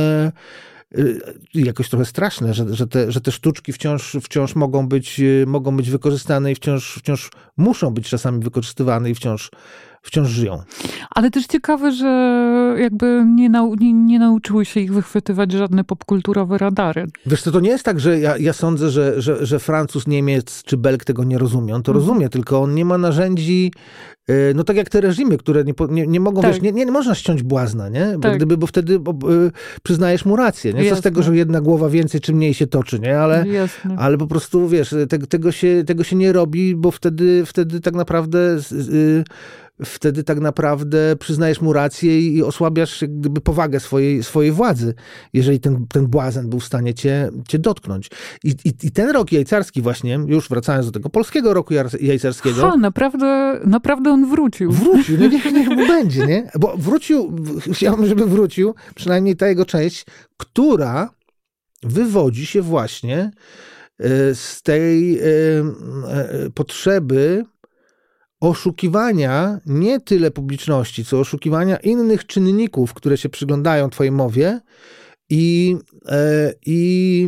jakoś trochę straszne, że, że, te, że te sztuczki wciąż, wciąż mogą być, mogą być wykorzystane i wciąż, wciąż muszą być czasami wykorzystywane i wciąż, wciąż żyją. Ale też ciekawe, że jakby nie, nau, nie, nie nauczyły się ich wychwytywać żadne popkulturowe radary. Wiesz co, to nie jest tak, że ja, ja sądzę, że, że, że Francuz, Niemiec czy Belg tego nie rozumią. On to mhm. rozumie, tylko on nie ma narzędzi, no tak jak te reżimy, które nie, nie, nie mogą, tak. wiesz, nie, nie można ściąć błazna, nie? Bo tak. gdyby, bo wtedy bo, y, przyznajesz mu rację, nie? Co z tego, że jedna głowa więcej czy mniej się toczy, nie? Ale, ale po prostu, wiesz, te, tego, się, tego się nie robi, bo wtedy, wtedy tak naprawdę y, wtedy tak naprawdę przyznajesz mu rację i osłabiasz jak gdyby powagę swojej, swojej władzy, jeżeli ten, ten błazen był w stanie cię, cię dotknąć. I, i, I ten rok jajcarski właśnie, już wracając do tego polskiego roku jajcarskiego... Ha, naprawdę, naprawdę on wrócił. Wrócił, no niech, niech mu będzie, nie? Bo wrócił, chciałbym, żeby wrócił, przynajmniej ta jego część, która wywodzi się właśnie z tej potrzeby oszukiwania nie tyle publiczności, co oszukiwania innych czynników, które się przyglądają twojej mowie i, i,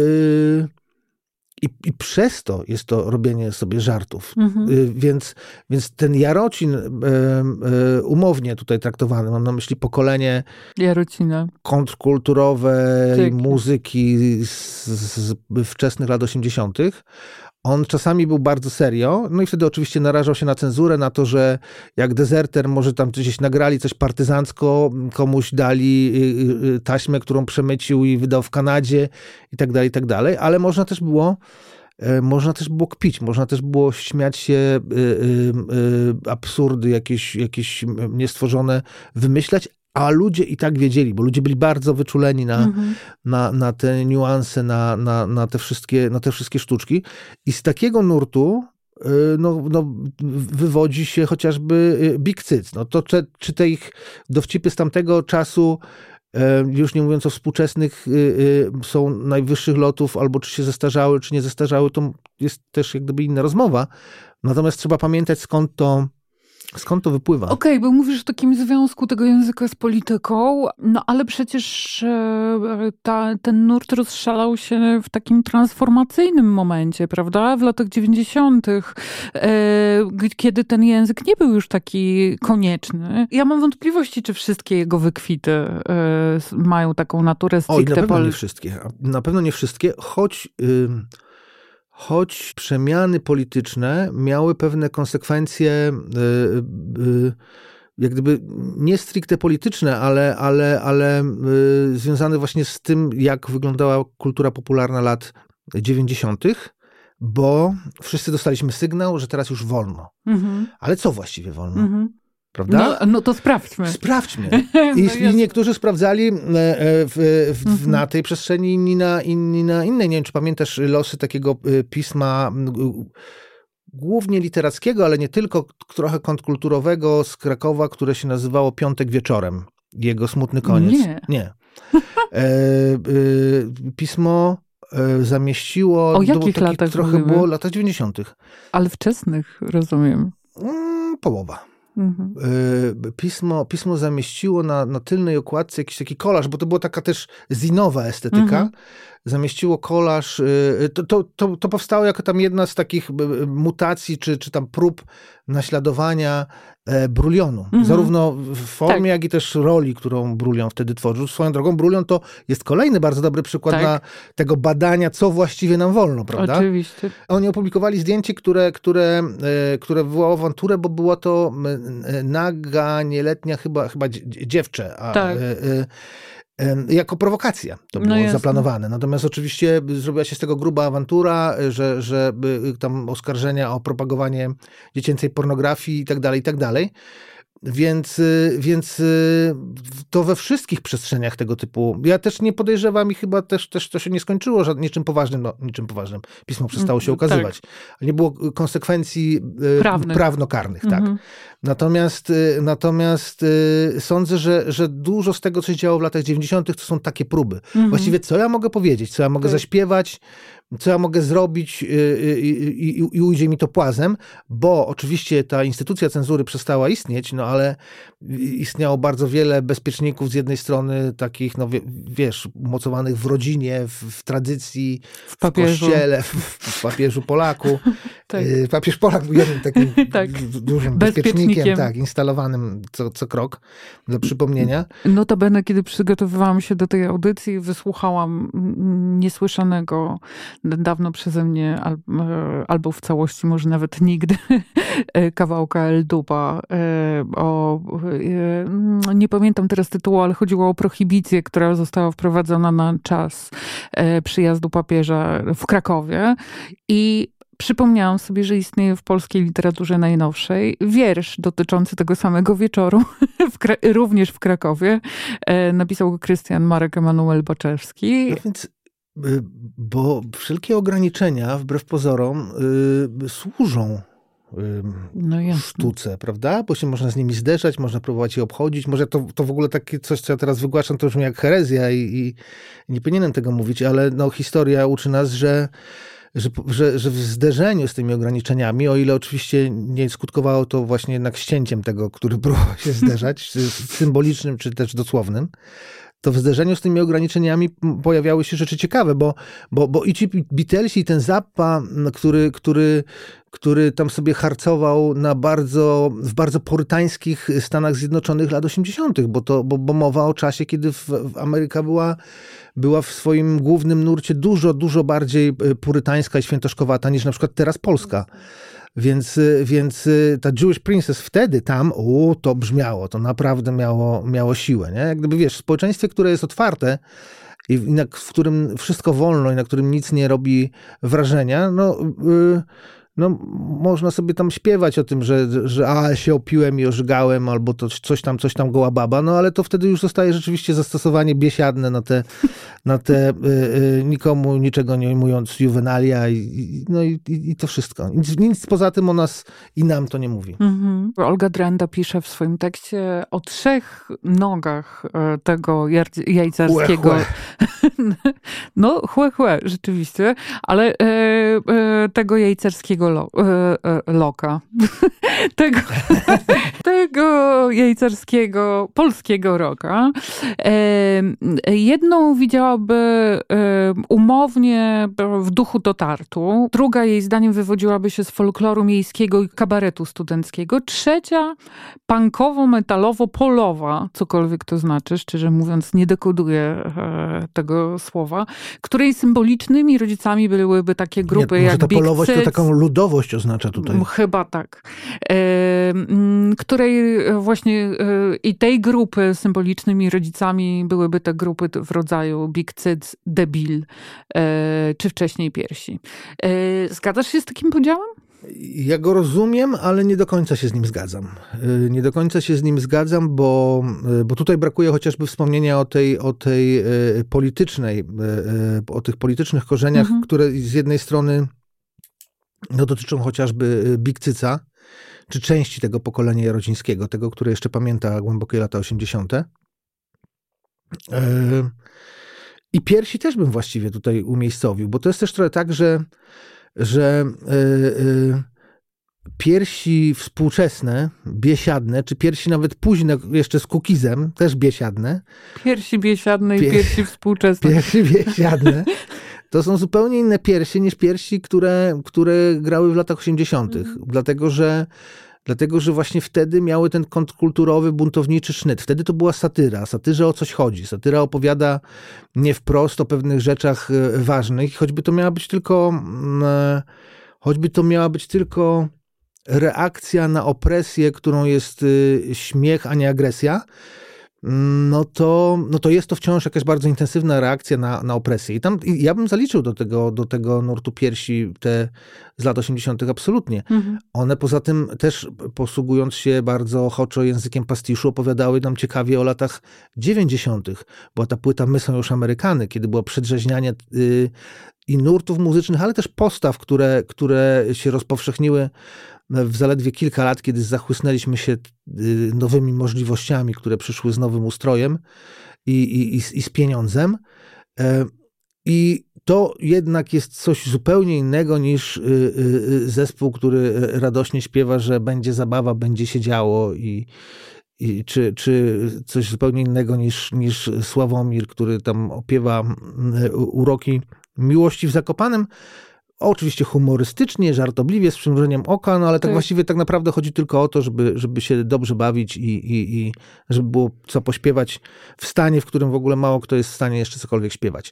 i, i przez to jest to robienie sobie żartów. Mhm. Więc, więc ten Jarocin umownie tutaj traktowany, mam na myśli pokolenie Jarocina. kontrkulturowej tak. muzyki z, z wczesnych lat osiemdziesiątych. On czasami był bardzo serio, no i wtedy oczywiście narażał się na cenzurę, na to, że jak dezerter może tam gdzieś nagrali coś partyzancko, komuś dali taśmę, którą przemycił i wydał w Kanadzie i tak dalej, i tak dalej, ale można też było można też było kpić, można też było śmiać się, absurdy jakieś, jakieś niestworzone wymyślać, a ludzie i tak wiedzieli, bo ludzie byli bardzo wyczuleni na, mhm. na, na te niuanse, na, na, na, te wszystkie, na te wszystkie sztuczki. I z takiego nurtu no, no, wywodzi się chociażby Big Cyc. No to czy, czy te ich dowcipy z tamtego czasu, już nie mówiąc o współczesnych, są najwyższych lotów, albo czy się zestarzały, czy nie zestarzały, to jest też jak gdyby inna rozmowa. Natomiast trzeba pamiętać, skąd to Skąd to wypływa? Okej, okay, bo mówisz o takim związku tego języka z polityką, no ale przecież e, ta, ten nurt rozszalał się w takim transformacyjnym momencie, prawda? W latach dziewięćdziesiątych, e, kiedy ten język nie był już taki konieczny. Ja mam wątpliwości, czy wszystkie jego wykwity e, mają taką naturę stricte Oj, na pewno pol- nie wszystkie. Na pewno nie wszystkie, choć... Y- Choć przemiany polityczne miały pewne konsekwencje jak gdyby nie stricte polityczne, ale, ale, ale y, związane właśnie z tym, jak wyglądała kultura popularna lat dziewięćdziesiątych, bo wszyscy dostaliśmy sygnał, że teraz już wolno. Mhm. Ale co właściwie wolno? Mhm. Prawda? No, no to sprawdźmy. Sprawdźmy. I, no i niektórzy sprawdzali w, w, w, na tej przestrzeni, inni na, inni na innej. Nie wiem, czy pamiętasz losy takiego pisma głównie literackiego, ale nie tylko, trochę kontrkulturowego z Krakowa, które się nazywało Piątek wieczorem. Jego smutny koniec. Nie. Nie. E, e, pismo e, zamieściło... O jakich takich, latach trochę mówimy? było latach dziewięćdziesiątych. Ale wczesnych, rozumiem. Mm, połowa. Mhm. Pismo, pismo zamieściło na, na tylnej okładce jakiś taki kolaż, bo to była taka też zinowa estetyka. Mhm. Zamieściło kolaż. To, to, to, to powstało jako tam jedna z takich mutacji, czy, czy tam prób naśladowania Brulionu. Mhm. Zarówno w formie, tak. jak i też roli, którą Brulion wtedy tworzył. Swoją drogą Brulion to jest kolejny bardzo dobry przykład tak. na tego badania, co właściwie nam wolno, prawda? Oczywiście. Oni opublikowali zdjęcie, które, które, które wywołało awanturę, bo była to naga, nieletnia chyba, chyba dziewczę. A, tak. Jako prowokacja to było no zaplanowane. Natomiast oczywiście zrobiła się z tego gruba awantura, że, że tam oskarżenia o propagowanie dziecięcej pornografii i tak dalej, i tak dalej. Więc, więc to we wszystkich przestrzeniach tego typu. Ja też nie podejrzewam i chyba też, też to się nie skończyło żadnym, niczym poważnym. No, niczym poważnym. Pismo przestało się ukazywać. Tak. Nie było konsekwencji Prawnych. prawnokarnych. Mhm. Tak. Natomiast, natomiast sądzę, że, że dużo z tego, co się działo w latach dziewięćdziesiątych, to są takie próby. Mhm. Właściwie co ja mogę powiedzieć, co ja mogę tak. zaśpiewać, co ja mogę zrobić i, i, i, i ujdzie mi to płazem, bo oczywiście ta instytucja cenzury przestała istnieć, no ale istniało bardzo wiele bezpieczników z jednej strony takich, no wiesz, umocowanych w rodzinie, w, w tradycji, w, w kościele, w, w papieżu Polaku. tak. Papież Polak był jednym takim tak. dużym bezpiecznikiem, tak, instalowanym co, co krok, dla przypomnienia. Notabene, kiedy przygotowywałam się do tej audycji, wysłuchałam niesłyszanego dawno przeze mnie, albo w całości, może nawet nigdy, kawałka El Duba. O, nie pamiętam teraz tytułu, ale chodziło o prohibicję, która została wprowadzona na czas przyjazdu papieża w Krakowie. I przypomniałam sobie, że istnieje w polskiej literaturze najnowszej wiersz dotyczący tego samego wieczoru, w, również w Krakowie. Napisał go Krystian Marek Emanuel Baczewski. No więc... Bo wszelkie ograniczenia, wbrew pozorom, yy, służą yy, no sztuce, prawda? Bo się można z nimi zderzać, można próbować je obchodzić. Może to, to w ogóle takie coś, co ja teraz wygłaszam, to brzmi jak herezja i, i nie powinienem tego mówić, ale no, historia uczy nas, że Że, że, że w zderzeniu z tymi ograniczeniami, o ile oczywiście nie skutkowało to właśnie jednak ścięciem tego, który próbował się zderzać, symbolicznym czy też dosłownym, to w zderzeniu z tymi ograniczeniami pojawiały się rzeczy ciekawe, bo, bo, bo i ci Beatlesi, i ten Zappa, który, który, który tam sobie harcował na bardzo, w bardzo purytańskich Stanach Zjednoczonych lat osiemdziesiątych, bo, to, bo, bo mowa o czasie, kiedy w, w Ameryka była, była w swoim głównym nurcie dużo, dużo bardziej purytańska i świętoszkowata niż na przykład teraz Polska. Więc, więc ta Jewish Princess wtedy tam, u, to brzmiało, to naprawdę miało, miało siłę. Nie? Jak gdyby, wiesz, w społeczeństwie, które jest otwarte i na, w którym wszystko wolno i na którym nic nie robi wrażenia, no... Yy, no, można sobie tam śpiewać o tym, że, że a, się opiłem i ożygałem, albo to coś tam, coś tam goła baba, no ale to wtedy już zostaje rzeczywiście zastosowanie biesiadne na te, na te y, y, nikomu niczego nie ujmując juwenalia i, i, no i, i to wszystko. Nic, nic poza tym o nas i nam to nie mówi. Mhm. Olga Drenda pisze w swoim tekście o trzech nogach tego jajcarskiego. Chłe, chłe. No, chłe, chłe, rzeczywiście, ale e, e, tego jajcarskiego Lo, e, e, loka. tego, tego jajcarskiego, polskiego roka. E, jedną widziałaby e, umownie w duchu dotartu. Druga jej zdaniem wywodziłaby się z folkloru miejskiego i kabaretu studenckiego. Trzecia punkowo-metalowo-polowa, cokolwiek to znaczy, szczerze mówiąc nie dekoduję e, tego słowa, której symbolicznymi rodzicami byłyby takie grupy nie, jak Big Cyc. To taką lud ludowość oznacza tutaj. Chyba tak. Której właśnie i tej grupy symbolicznymi rodzicami byłyby te grupy w rodzaju Big Cyc, Debil, czy wcześniej Piersi. Zgadzasz się z takim podziałem? Ja go rozumiem, ale nie do końca się z nim zgadzam. Nie do końca się z nim zgadzam, bo, bo tutaj brakuje chociażby wspomnienia o tej, o tej politycznej, o tych politycznych korzeniach, mhm. które z jednej strony no, dotyczą chociażby Big Cyca, czy części tego pokolenia jarodzińskiego, tego, które jeszcze pamięta głębokie lata osiemdziesiąte. I Piersi też bym właściwie tutaj umiejscowił, bo to jest też trochę tak, że że y, y, piersi współczesne, biesiadne, czy piersi nawet późne, jeszcze z Kukizem, też biesiadne. Piersi biesiadne i Pier... piersi współczesne. Piersi biesiadne. To są zupełnie inne piersi niż piersi, które, które grały w latach osiemdziesiątych. Mm. Dlatego, że Dlatego, że właśnie wtedy miały ten kontrkulturowy, buntowniczy sznyt. Wtedy to była satyra. Satyrze o coś chodzi. Satyra opowiada nie wprost o pewnych rzeczach ważnych. Choćby to miała być tylko, choćby to miała być tylko reakcja na opresję, którą jest śmiech, a nie agresja, no to, no to jest to wciąż jakaś bardzo intensywna reakcja na, na opresję. I tam i ja bym zaliczył do tego, do tego nurtu piersi te z lat osiemdziesiątych absolutnie. Mhm. One poza tym też, posługując się bardzo ochoczo językiem pastiszu, opowiadały nam ciekawie o latach dziewięćdziesiątych. Była ta płyta My są już Amerykany, kiedy było przedrzeźnianie y, i nurtów muzycznych, ale też postaw, które, które się rozpowszechniły w zaledwie kilka lat, kiedy zachłysnęliśmy się nowymi możliwościami, które przyszły z nowym ustrojem i, i, i, i z pieniądzem. I to jednak jest coś zupełnie innego niż zespół, który radośnie śpiewa, że będzie zabawa, będzie się działo i, i czy, czy coś zupełnie innego niż, niż Sławomir, który tam opiewa uroki miłości w Zakopanem. Oczywiście humorystycznie, żartobliwie, z przymrużeniem oka, no ale tak, tak właściwie tak naprawdę chodzi tylko o to, żeby, żeby się dobrze bawić i, i, i żeby było co pośpiewać w stanie, w którym w ogóle mało kto jest w stanie jeszcze cokolwiek śpiewać.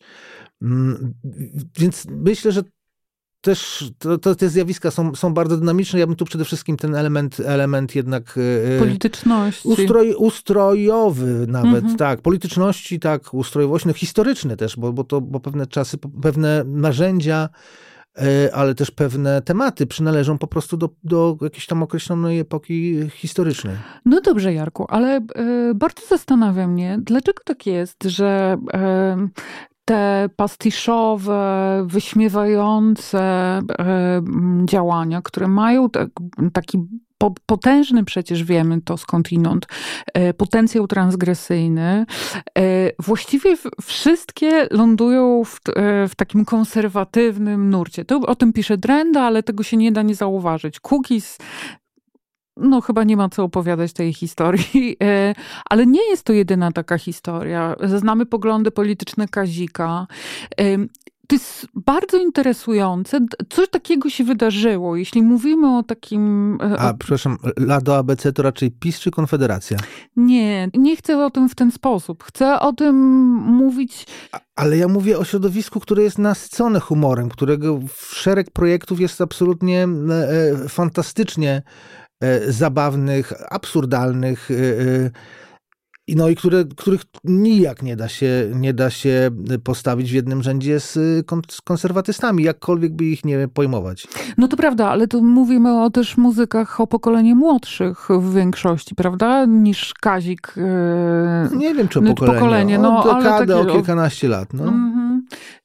Więc myślę, że też to, to, te zjawiska są, są bardzo dynamiczne. Ja bym tu przede wszystkim ten element, element jednak polityczności. Ustroj, ustrojowy nawet, mhm. tak. Polityczności, tak, ustrojowości, no historyczne też, bo, bo, to, bo pewne czasy, pewne narzędzia, ale też pewne tematy przynależą po prostu do, do jakiejś tam określonej epoki historycznej. No dobrze, Jarku, ale y, bardzo zastanawia mnie, dlaczego tak jest, że y, te pastiszowe, wyśmiewające y, działania, które mają tak, taki potężny, przecież wiemy to skądinąd, potencjał transgresyjny. Właściwie wszystkie lądują w, w takim konserwatywnym nurcie. To, o tym pisze Drenda, ale tego się nie da nie zauważyć. Kukiz, no chyba nie ma co opowiadać tej historii, ale nie jest to jedyna taka historia. Znamy poglądy polityczne Kazika. To jest bardzo interesujące. Coś takiego się wydarzyło. Jeśli mówimy o takim... A, o... przepraszam, Lado A B C to raczej PiS czy Konfederacja? Nie, nie chcę o tym w ten sposób. Chcę o tym mówić... A, ale ja mówię o środowisku, które jest nasycone humorem, którego szereg projektów jest absolutnie e, fantastycznie e, zabawnych, absurdalnych, e, no i które, których nijak nie da się, nie da się postawić w jednym rzędzie z, z konserwatystami, jakkolwiek by ich nie pojmować. No to prawda, ale tu mówimy o też muzykach o pokolenie młodszych w większości, prawda? Niż Kazik. Yy, nie wiem, czy o pokolenie. pokolenie no, o dekadę, o kilkanaście lat. No. Mm-hmm.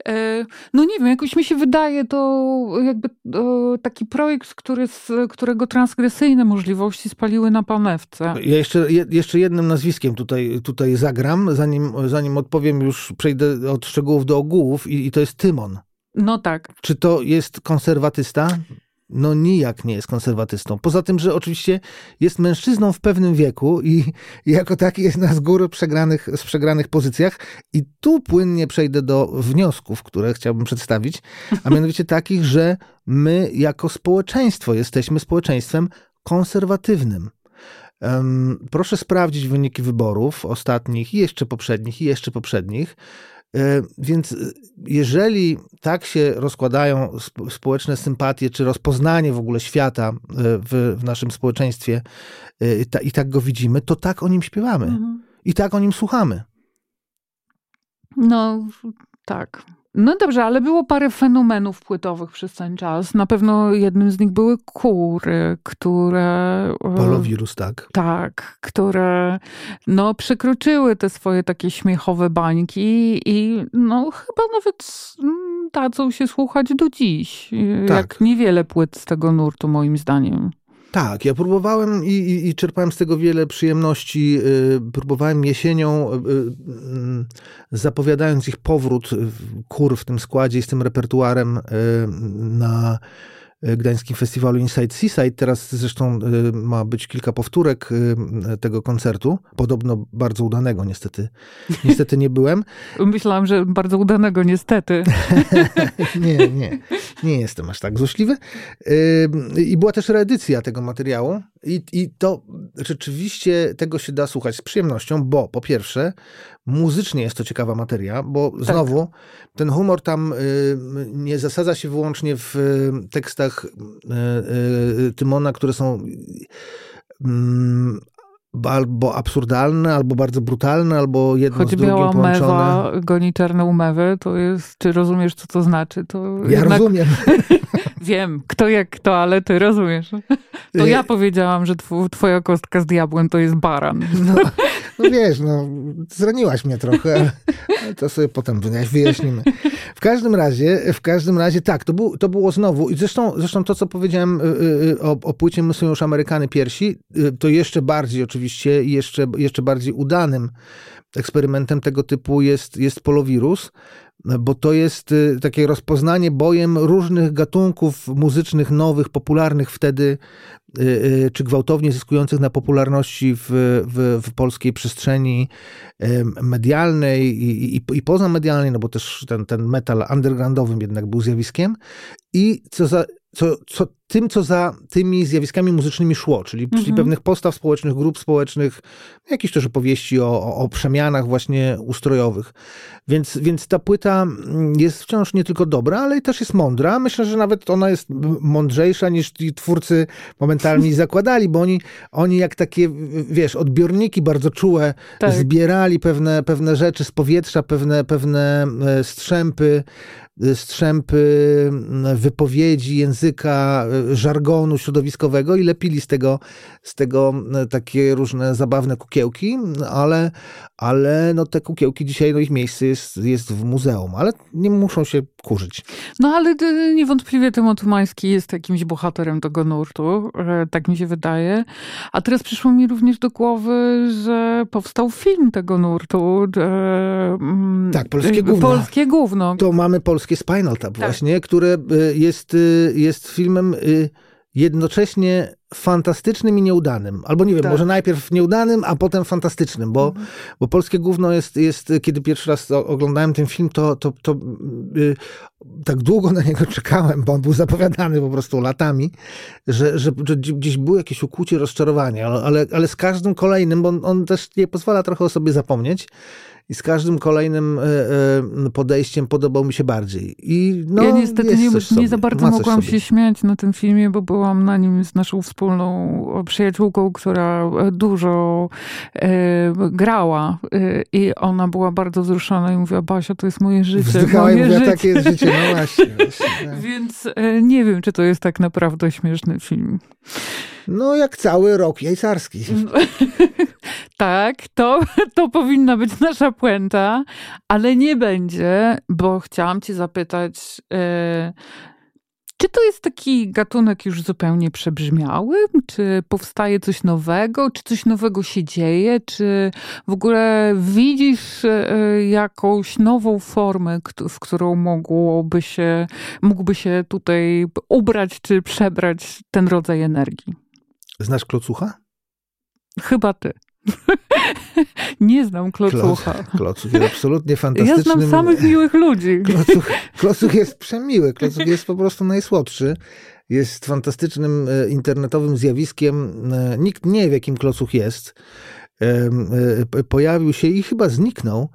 No nie wiem, jakoś mi się wydaje to jakby taki projekt, który, którego transgresyjne możliwości spaliły na panewce. Ja jeszcze, jeszcze jednym nazwiskiem tutaj, tutaj zagram, zanim, zanim odpowiem, już przejdę od szczegółów do ogółów i, i to jest Tymon. No tak. Czy to jest konserwatysta? No nijak nie jest konserwatystą. Poza tym, że oczywiście jest mężczyzną w pewnym wieku i, i jako taki jest na z góry przegranych, z przegranych pozycjach. I tu płynnie przejdę do wniosków, które chciałbym przedstawić, a mianowicie takich, że my jako społeczeństwo jesteśmy społeczeństwem konserwatywnym. Um, proszę sprawdzić wyniki wyborów ostatnich i jeszcze poprzednich, i jeszcze poprzednich. Więc jeżeli tak się rozkładają społeczne sympatie, czy rozpoznanie w ogóle świata w, w naszym społeczeństwie i tak go widzimy, to tak o nim śpiewamy. Mhm. I tak o nim słuchamy. No, tak. No dobrze, ale było parę fenomenów płytowych przez ten czas. Na pewno jednym z nich były Kury, które... Polowirus, tak. Tak, które no, przekroczyły te swoje takie śmiechowe bańki i no chyba nawet dadzą się słuchać do dziś. Tak. Jak niewiele płyt z tego nurtu, moim zdaniem. Tak, ja próbowałem i, i, i czerpałem z tego wiele przyjemności. Yy, próbowałem jesienią, yy, yy, zapowiadając ich powrót Kur w tym składzie i z tym repertuarem yy, na Gdańskim Festiwalu Inside Seaside. Teraz zresztą y, ma być kilka powtórek y, tego koncertu. Podobno bardzo udanego, niestety. Niestety nie byłem. Myślałam, że bardzo udanego, niestety. nie, nie. Nie jestem aż tak złośliwy. Y, I była też reedycja tego materiału. I, I to rzeczywiście tego się da słuchać z przyjemnością, bo po pierwsze muzycznie jest to ciekawa materia, bo tak. znowu ten humor tam y, nie zasadza się wyłącznie w y, tekstach y, y, Tymona, które są y, albo absurdalne, albo bardzo brutalne, albo jedno Choć z drugim biała połączone. mewa goni czarną mewę, to jest, czy rozumiesz, co to znaczy? To ja jednak... rozumiem. Wiem, kto jak kto, ale ty rozumiesz. To ja powiedziałam, że tw- twoja kostka z diabłem to jest baran. No, no wiesz, no zraniłaś mnie trochę, ale, ale to sobie potem wyjaśnimy. W każdym razie, w każdym razie tak, to, był, to było znowu, i zresztą, zresztą to, co powiedziałem o, o płycie My są już Amerykany piersi, to jeszcze bardziej oczywiście, jeszcze, jeszcze bardziej udanym eksperymentem tego typu jest, jest Polowirus, bo to jest takie rozpoznanie bojem różnych gatunków muzycznych, nowych, popularnych wtedy, czy gwałtownie zyskujących na popularności w, w, w polskiej przestrzeni medialnej i, i, i pozamedialnej, no bo też ten, ten metal undergroundowym jednak był zjawiskiem. I co za, co, co, tym, co za tymi zjawiskami muzycznymi szło, czyli, mhm. czyli pewnych postaw społecznych, grup społecznych, jakieś też opowieści o, o, o przemianach właśnie ustrojowych. Więc, więc ta płyta jest wciąż nie tylko dobra, ale też jest mądra. Myślę, że nawet ona jest mądrzejsza niż ci twórcy momentalnie zakładali, bo oni, oni jak takie, wiesz, odbiorniki bardzo czułe tak. zbierali pewne, pewne rzeczy z powietrza, pewne, pewne strzępy, strzępy wypowiedzi, języka, żargonu środowiskowego i lepili z tego, z tego takie różne zabawne kukiełki, ale, ale no te kukiełki dzisiaj, no ich miejsce jest, jest w muzeum, ale nie muszą się kurzyć. No ale niewątpliwie Tymon Tymański jest jakimś bohaterem tego nurtu, tak mi się wydaje. A teraz przyszło mi również do głowy, że powstał film tego nurtu. Tak, Polskie Gówno. Polskie Gówno. To mamy Polskie Spinal Tap właśnie, tak. które jest, jest filmem jednocześnie fantastycznym i nieudanym. Albo nie wiem, tak. może najpierw nieudanym, a potem fantastycznym, bo, mhm. bo Polskie Gówno jest, jest, kiedy pierwszy raz oglądałem ten film, to, to, to yy, tak długo na niego czekałem, bo on był zapowiadany po prostu latami, że, że, że gdzieś było jakieś ukłucie, rozczarowanie, ale, ale z każdym kolejnym, bo on, on też nie pozwala trochę o sobie zapomnieć, i z każdym kolejnym podejściem podobał mi się bardziej. I no, ja niestety nie, nie za bardzo mogłam sobie. się śmiać na tym filmie, bo byłam na nim z naszą wspólną przyjaciółką, która dużo e, grała e, i ona była bardzo wzruszona i mówiła: Basia, to jest moje życie. Wzdychała moje i mówiła, życie. takie jest życie, no właśnie. właśnie tak. Więc e, nie wiem, czy to jest tak naprawdę śmieszny film. No jak cały rok jajcarski. Tak, to, to powinna być nasza puenta, ale nie będzie, bo chciałam cię zapytać, yy, czy to jest taki gatunek już zupełnie przebrzmiały? Czy powstaje coś nowego? Czy coś nowego się dzieje? Czy w ogóle widzisz yy, jakąś nową formę, w którą mogłoby się, mógłby się tutaj ubrać czy przebrać ten rodzaj energii? Znasz Klocucha? Chyba ty. Nie znam Klocucha. Klocuch jest absolutnie fantastycznym. Ja znam samych miłych ludzi. Klocuch, Klocuch jest przemiły. Klocuch jest po prostu najsłodszy. Jest fantastycznym internetowym zjawiskiem. Nikt nie wie, kim Klocuch jest. Pojawił się i chyba zniknął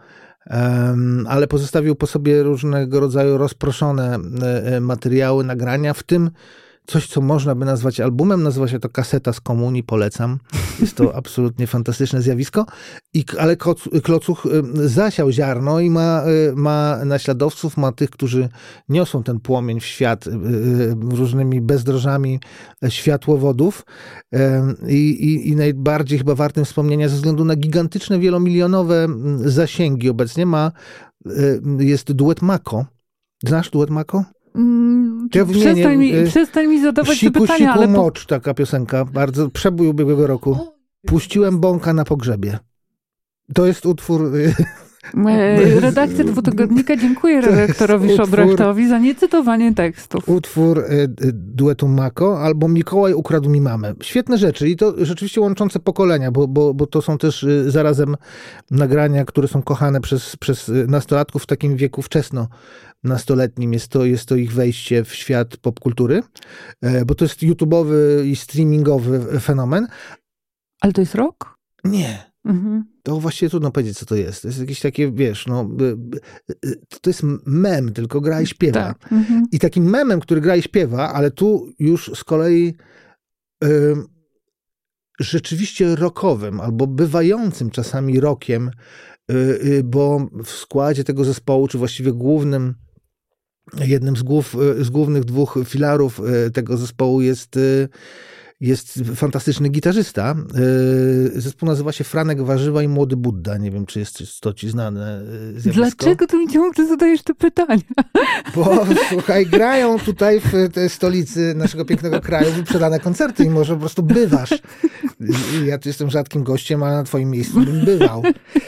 um, ale pozostawił po sobie różnego rodzaju rozproszone e, materiały, nagrania, w tym coś, co można by nazwać albumem, nazywa się to Kaseta z komunii, polecam. Jest to absolutnie fantastyczne zjawisko, I, ale Klocuch zasiał ziarno i ma, ma naśladowców, ma tych, którzy niosą ten płomień w świat różnymi bezdrożami światłowodów i, i, i najbardziej chyba wartym wspomnienia ze względu na gigantyczne, wielomilionowe zasięgi obecnie ma, jest duet Mako. Znasz duet Mako? Mm, ja przestań, mi, y, przestań mi zadawać siku, te pytania, siku ale... Po... mocz, taka piosenka, bardzo przebój ubiegłego roku. Puściłem bąka na pogrzebie. To jest utwór... Redakcja Dwutygodnika dziękuję redaktorowi Szobrechtowi za niecytowanie tekstów. Utwór y, duetu Mako albo Mikołaj ukradł mi mamę. Świetne rzeczy i to rzeczywiście łączące pokolenia, bo, bo, bo to są też y, zarazem nagrania, które są kochane przez, przez nastolatków w takim wieku wczesno nastoletnim. Jest to, jest to ich wejście w świat popkultury, y, bo to jest YouTube'owy i streamingowy fenomen. Ale to jest rock? Nie. Mhm. To właściwie trudno powiedzieć, co to jest. To jest jakieś takie, wiesz, no, to jest mem, tylko gra i śpiewa. Tak. Mhm. I takim memem, który gra i śpiewa, ale tu już z kolei y, rzeczywiście rockowym, albo bywającym czasami rockiem, y, y, bo w składzie tego zespołu, czy właściwie głównym, jednym z, głów, z głównych dwóch filarów tego zespołu jest jest fantastyczny gitarzysta. Zespół nazywa się Franek Warzywa i Młody Budda. Nie wiem, czy jest to ci znane zjawisko. Dlaczego ty mi ciągle zadajesz te pytania? Bo słuchaj, grają tutaj w tej stolicy naszego pięknego kraju wyprzedane koncerty i może po prostu bywasz. Ja tu jestem rzadkim gościem, ale na twoim miejscu bym bywał.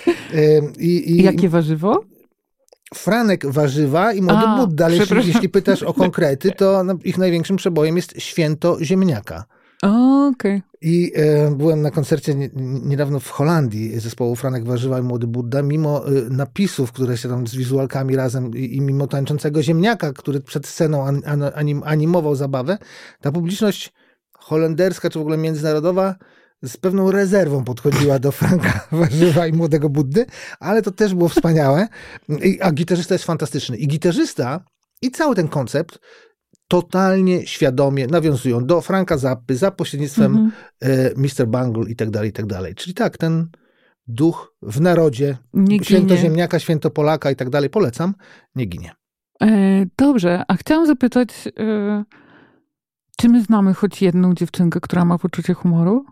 I, i... Jakie warzywo? Franek Warzywa i Młody A, Budda, ale jeśli, jeśli pytasz o konkrety, to ich największym przebojem jest Święto Ziemniaka. Okej. Okay. I e, byłem na koncercie nie, niedawno w Holandii zespołu Franek Warzywa i Młody Budda. Mimo e, napisów, które się tam z wizualkami razem i, i mimo tańczącego ziemniaka, który przed sceną an, an, anim, animował zabawę, ta publiczność holenderska czy w ogóle międzynarodowa z pewną rezerwą podchodziła do Franka Warzywa i Młodego Buddy, ale to też było wspaniałe. I, a gitarzysta jest fantastyczny. I gitarzysta i cały ten koncept totalnie świadomie nawiązują do Franka Zappy za pośrednictwem mm-hmm. e, mister Bungle i tak dalej, i tak dalej. Czyli tak, ten duch w narodzie, nie święto ginie. Ziemniaka, święto Polaka i tak dalej, polecam, nie ginie. E, dobrze, a chciałam zapytać, e, czy my znamy choć jedną dziewczynkę, która ma poczucie humoru?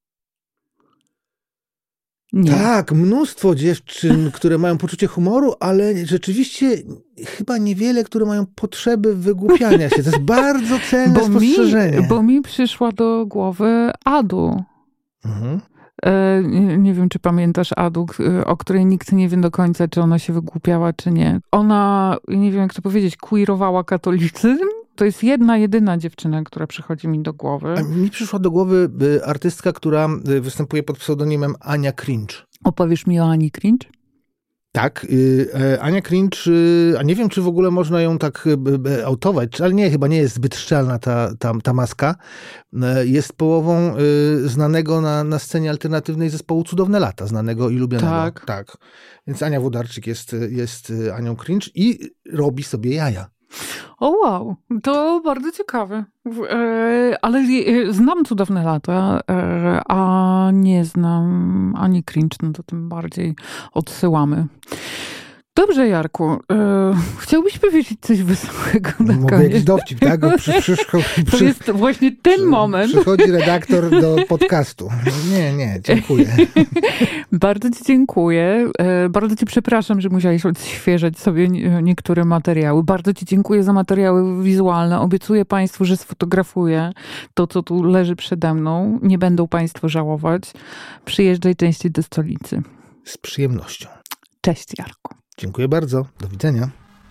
Nie. Tak, mnóstwo dziewczyn, które mają poczucie humoru, ale rzeczywiście chyba niewiele, które mają potrzeby wygłupiania się. To jest bardzo cenne bo spostrzeżenie. Mi, bo mi przyszła do głowy Adu. Mhm. E, nie, nie wiem, czy pamiętasz Adu, o której nikt nie wie do końca, czy ona się wygłupiała, czy nie. Ona, nie wiem jak to powiedzieć, queerowała katolicyzm. To jest jedna, jedyna dziewczyna, która przychodzi mi do głowy. A mi przyszła do głowy artystka, która występuje pod pseudonimem Ania Cringe. Opowiesz mi o Ani Cringe? Tak. Ania Cringe, a nie wiem, czy w ogóle można ją tak autować, ale nie, chyba nie jest zbyt szczelna ta, ta, ta maska. Jest połową znanego na, na scenie alternatywnej zespołu Cudowne Lata, znanego i lubianego. Tak. tak. Więc Ania Włodarczyk jest, jest Anią Cringe i robi sobie jaja. O wow, to bardzo ciekawe. E, ale e, znam Cudowne Lata, e, a nie znam Ani Cringe, no to tym bardziej odsyłamy. Dobrze, Jarku. E, chciałbyś powiedzieć coś wesołego na Mogę koniec? jakiś dowcip, tak? Bo przy, przy, przy, to jest właśnie ten przy, moment. Przychodzi redaktor do podcastu. Nie, nie, dziękuję. Bardzo ci dziękuję. E, bardzo ci przepraszam, że musiałeś odświeżać sobie niektóre materiały. Bardzo ci dziękuję za materiały wizualne. Obiecuję państwu, że sfotografuję to, co tu leży przede mną. Nie będą państwo żałować. Przyjeżdżaj częściej do stolicy. Z przyjemnością. Cześć, Jarku. Dziękuję bardzo. Do widzenia.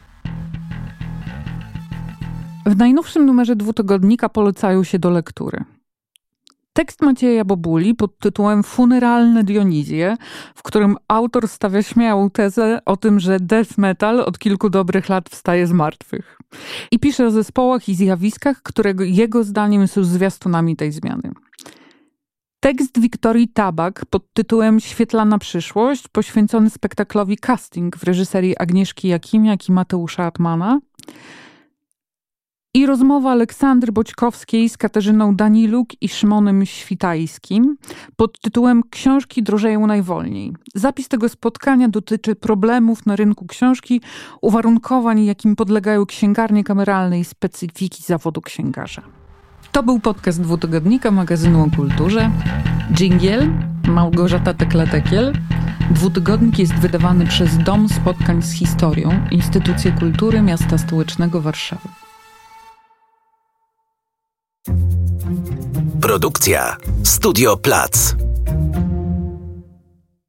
W najnowszym numerze Dwutygodnika polecają się do lektury tekst Macieja Bobuli pod tytułem Funeralne Dionizje, w którym autor stawia śmiałą tezę o tym, że death metal od kilku dobrych lat wstaje z martwych. I pisze o zespołach i zjawiskach, które jego zdaniem są zwiastunami tej zmiany. Tekst Wiktorii Tabak pod tytułem Świetlana przyszłość, poświęcony spektaklowi Casting w reżyserii Agnieszki Jakimiak i Mateusza Atmana. I rozmowa Aleksandry Boćkowskiej z Katarzyną Daniluk i Szymonem Świtajskim pod tytułem Książki drożeją najwolniej. Zapis tego spotkania dotyczy problemów na rynku książki, uwarunkowań, jakim podlegają księgarnie kameralne i specyfiki zawodu księgarza. To był podcast Dwutygodnika, magazynu o kulturze. Dżingiel, Małgorzata Tekla-Tekiel. Dwutygodnik jest wydawany przez Dom Spotkań z Historią, Instytucję Kultury Miasta Stołecznego Warszawy. Produkcja Studio Plac.